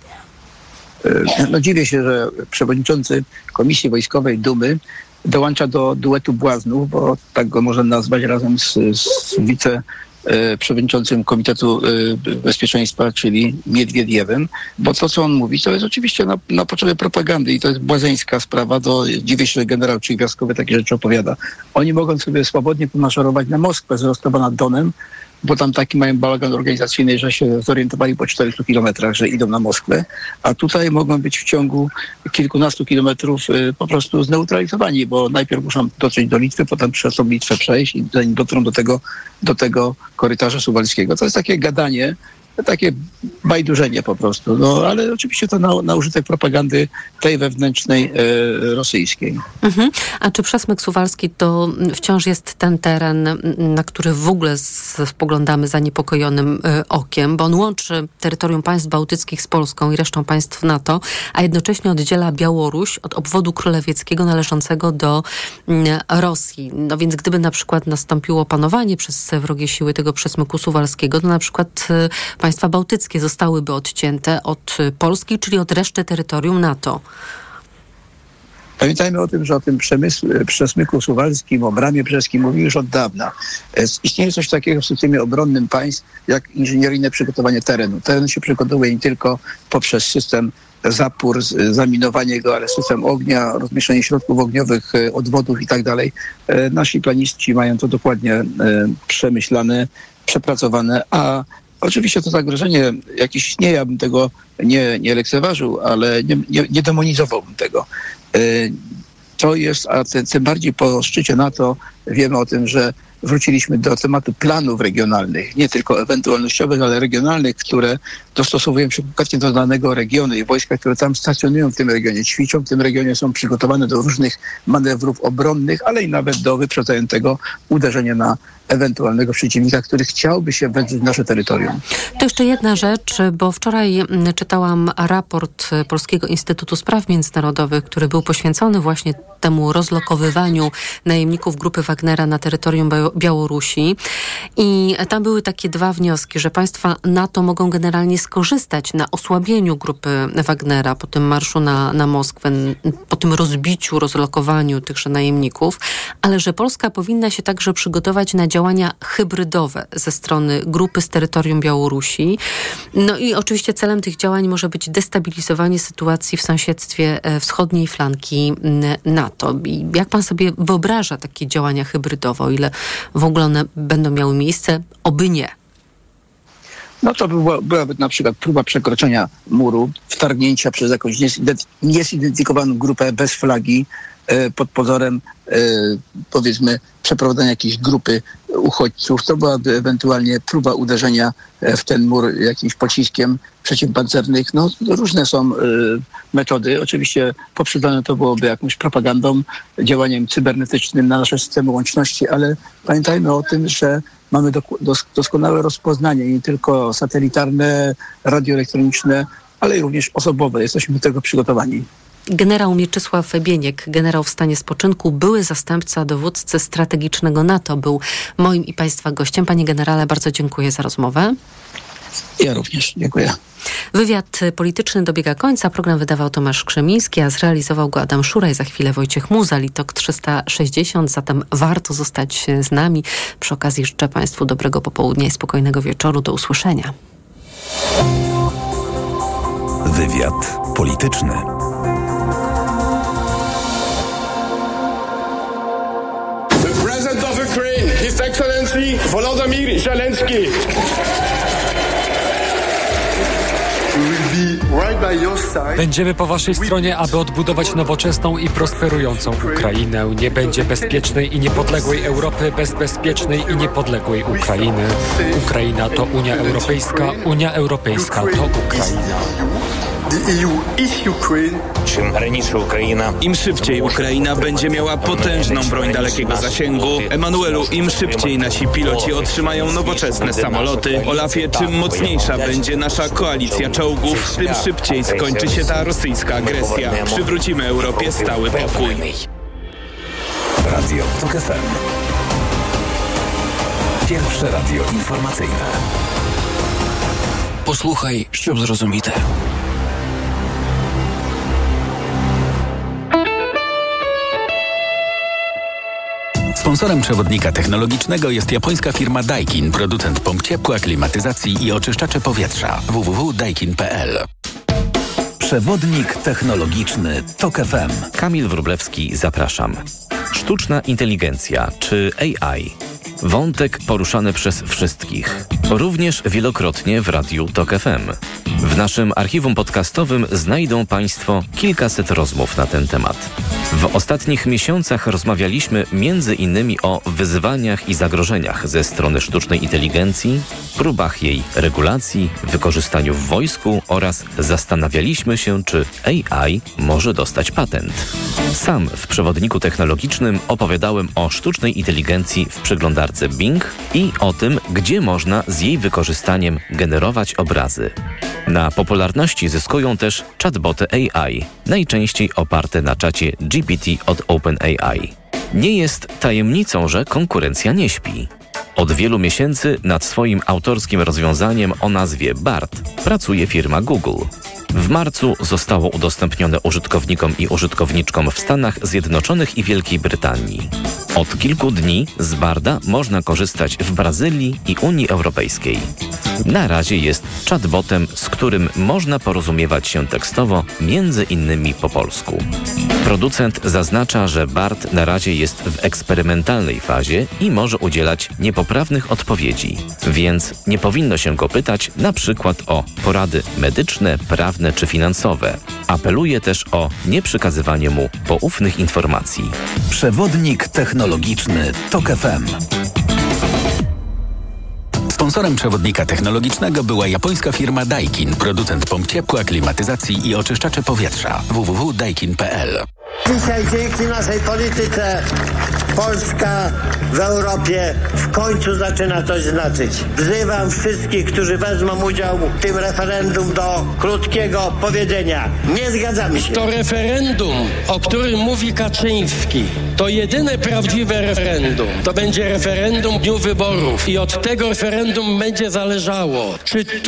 No dziwię się, że przewodniczący Komisji Wojskowej Dumy dołącza do duetu błaznów, bo tak go można nazwać, razem z wiceprzewodniczącym Komitetu Bezpieczeństwa, czyli Miedwiediewem, bo to, co on mówi, to jest oczywiście na potrzeby propagandy i to jest błazeńska sprawa. Dziwię się, że generał Trzygwiazdkowy takie rzeczy opowiada. Oni mogą sobie swobodnie pomaszerować na Moskwę z Rostowa nad Donem, bo tam taki mają bałagan organizacyjny, że się zorientowali po 400 kilometrach, że idą na Moskwę, a tutaj mogą być w ciągu kilkunastu kilometrów po prostu zneutralizowani, bo najpierw muszą dotrzeć do Litwy, potem przez tą Litwę przejść i zanim dotrą do tego korytarza suwalskiego. To jest takie gadanie, takie bajdurzenie po prostu. No, ale oczywiście to na użytek propagandy tej wewnętrznej rosyjskiej. Mhm. A czy Przesmyk Suwalski to wciąż jest ten teren, na który w ogóle spoglądamy zaniepokojonym okiem, bo on łączy terytorium państw bałtyckich z Polską i resztą państw NATO, a jednocześnie oddziela Białoruś od obwodu królewickiego należącego do Rosji. No więc gdyby na przykład nastąpiło panowanie przez wrogie siły tego Przesmyku Suwalskiego, to na przykład państwa bałtyckie zostałyby odcięte od Polski, czyli od reszty terytorium NATO. Pamiętajmy o tym, że o tym przesmyku suwalskim, o bramie brzeskim mówił już od dawna. Istnieje coś takiego w systemie obronnym państw, jak inżynieryjne przygotowanie terenu. Teren się przygotowuje nie tylko poprzez system zapór, zaminowanie go, ale system ognia, rozmieszczenie środków ogniowych, odwodów i tak dalej. Nasi planiści mają to dokładnie przemyślane, przepracowane, a oczywiście to zagrożenie jakieś istnieje, ja bym tego nie lekceważył, ale nie demonizowałbym tego. To jest, a tym bardziej po szczycie NATO wiemy o tym, że wróciliśmy do tematu planów regionalnych, nie tylko ewentualnościowych, ale regionalnych, które dostosowują się konkretnie do danego regionu i wojska, które tam stacjonują w tym regionie, ćwiczą w tym regionie, są przygotowane do różnych manewrów obronnych, ale i nawet do wyprzedzającego uderzenia na ewentualnego przeciwnika, który chciałby się wedrzeć w nasze terytorium. To jeszcze jedna rzecz, bo wczoraj czytałam raport Polskiego Instytutu Spraw Międzynarodowych, który był poświęcony właśnie temu rozlokowywaniu najemników grupy Wagnera na terytorium Białorusi. I tam były takie dwa wnioski, że państwa NATO mogą generalnie skorzystać na osłabieniu grupy Wagnera po tym marszu na Moskwę, po tym rozbiciu, rozlokowaniu tychże najemników, ale że Polska powinna się także przygotować na działania hybrydowe ze strony grupy z terytorium Białorusi. No i oczywiście celem tych działań może być destabilizowanie sytuacji w sąsiedztwie wschodniej flanki NATO. I jak pan sobie wyobraża takie działania hybrydowe, o ile w ogóle one będą miały miejsce? Oby nie. No to byłaby na przykład próba przekroczenia muru, wtargnięcia przez jakąś niezidentyfikowaną grupę bez flagi pod pozorem, powiedzmy, przeprowadzenia jakiejś grupy uchodźców. To byłaby ewentualnie próba uderzenia w ten mur jakimś pociskiem przeciwpancernych. No różne są metody. Oczywiście poprzedzone to byłoby jakąś propagandą, działaniem cybernetycznym na nasze systemy łączności, ale pamiętajmy o tym, że mamy doskonałe rozpoznanie, nie tylko satelitarne, radioelektroniczne, ale i również osobowe. Jesteśmy do tego przygotowani. Generał Mieczysław Bieniek, generał w stanie spoczynku, były zastępca dowódcy strategicznego NATO, był moim i państwa gościem. Panie generale, bardzo dziękuję za rozmowę. Ja również dziękuję. Wywiad polityczny dobiega końca. Program wydawał Tomasz Krzemiński, a zrealizował go Adam Szuraj. Za chwilę Wojciech Muza, Litok 360. Zatem warto zostać z nami. Przy okazji życzę państwu dobrego popołudnia i spokojnego wieczoru. Do usłyszenia. Wywiad polityczny. Volodymyr Zelensky. Będziemy po waszej stronie, aby odbudować nowoczesną i prosperującą Ukrainę. Nie będzie bezpiecznej i niepodległej Europy bez bezpiecznej i niepodległej Ukrainy. Ukraina to Unia Europejska, Unia Europejska to Ukraina. Im szybciej Ukraina będzie miała potężną broń dalekiego zasięgu. Emanuelu, im szybciej nasi piloci otrzymają nowoczesne samoloty. Olafie, czym mocniejsza będzie nasza koalicja czołgów, tym szybciej skończy się ta rosyjska agresja. Przywrócimy Europie stały pokój. Radio TOK FM. Pierwsze radio informacyjne. Posłuchaj, щоб зрозуміти. Sponsorem przewodnika technologicznego jest japońska firma Daikin, producent pomp ciepła, klimatyzacji i oczyszczaczy powietrza. www.daikin.pl. Przewodnik technologiczny TOK FM. Kamil Wróblewski, zapraszam. Sztuczna inteligencja, czy AI? Wątek poruszany przez wszystkich. Również wielokrotnie w Radiu TOK FM. W naszym archiwum podcastowym znajdą Państwo kilkaset rozmów na ten temat. W ostatnich miesiącach rozmawialiśmy m.in. o wyzwaniach i zagrożeniach ze strony sztucznej inteligencji, próbach jej regulacji, wykorzystaniu w wojsku oraz zastanawialiśmy się, czy AI może dostać patent. Sam w przewodniku technologicznym opowiadałem o sztucznej inteligencji w przeglądarce Bing i o tym, gdzie można z jej wykorzystaniem generować obrazy. Na popularności zyskują też chatboty AI, najczęściej oparte na czacie GPT od OpenAI. Nie jest tajemnicą, że konkurencja nie śpi. Od wielu miesięcy nad swoim autorskim rozwiązaniem o nazwie BART pracuje firma Google. W marcu zostało udostępnione użytkownikom i użytkowniczkom w Stanach Zjednoczonych i Wielkiej Brytanii. Od kilku dni z Barda można korzystać w Brazylii i Unii Europejskiej. Na razie jest chatbotem, z którym można porozumiewać się tekstowo, między innymi po polsku. Producent zaznacza, że Bard na razie jest w eksperymentalnej fazie i może udzielać niepoprawnych odpowiedzi, więc nie powinno się go pytać na przykład o porady medyczne, prawne czy finansowe. Apeluje też o nieprzekazywanie mu poufnych informacji. Przewodnik technologiczny TOK FM. Sponsorem przewodnika technologicznego była japońska firma Daikin, producent pomp ciepła, klimatyzacji i oczyszczaczy powietrza. www.daikin.pl. Dzisiaj dzięki naszej polityce Polska w Europie w końcu zaczyna coś znaczyć. Wzywam wszystkich, którzy wezmą udział w tym referendum do krótkiego powiedzenia. Nie zgadzamy się. To referendum, o którym mówi Kaczyński, to jedyne prawdziwe referendum. To będzie referendum w dniu wyborów i od tego referendum będzie zależało, czy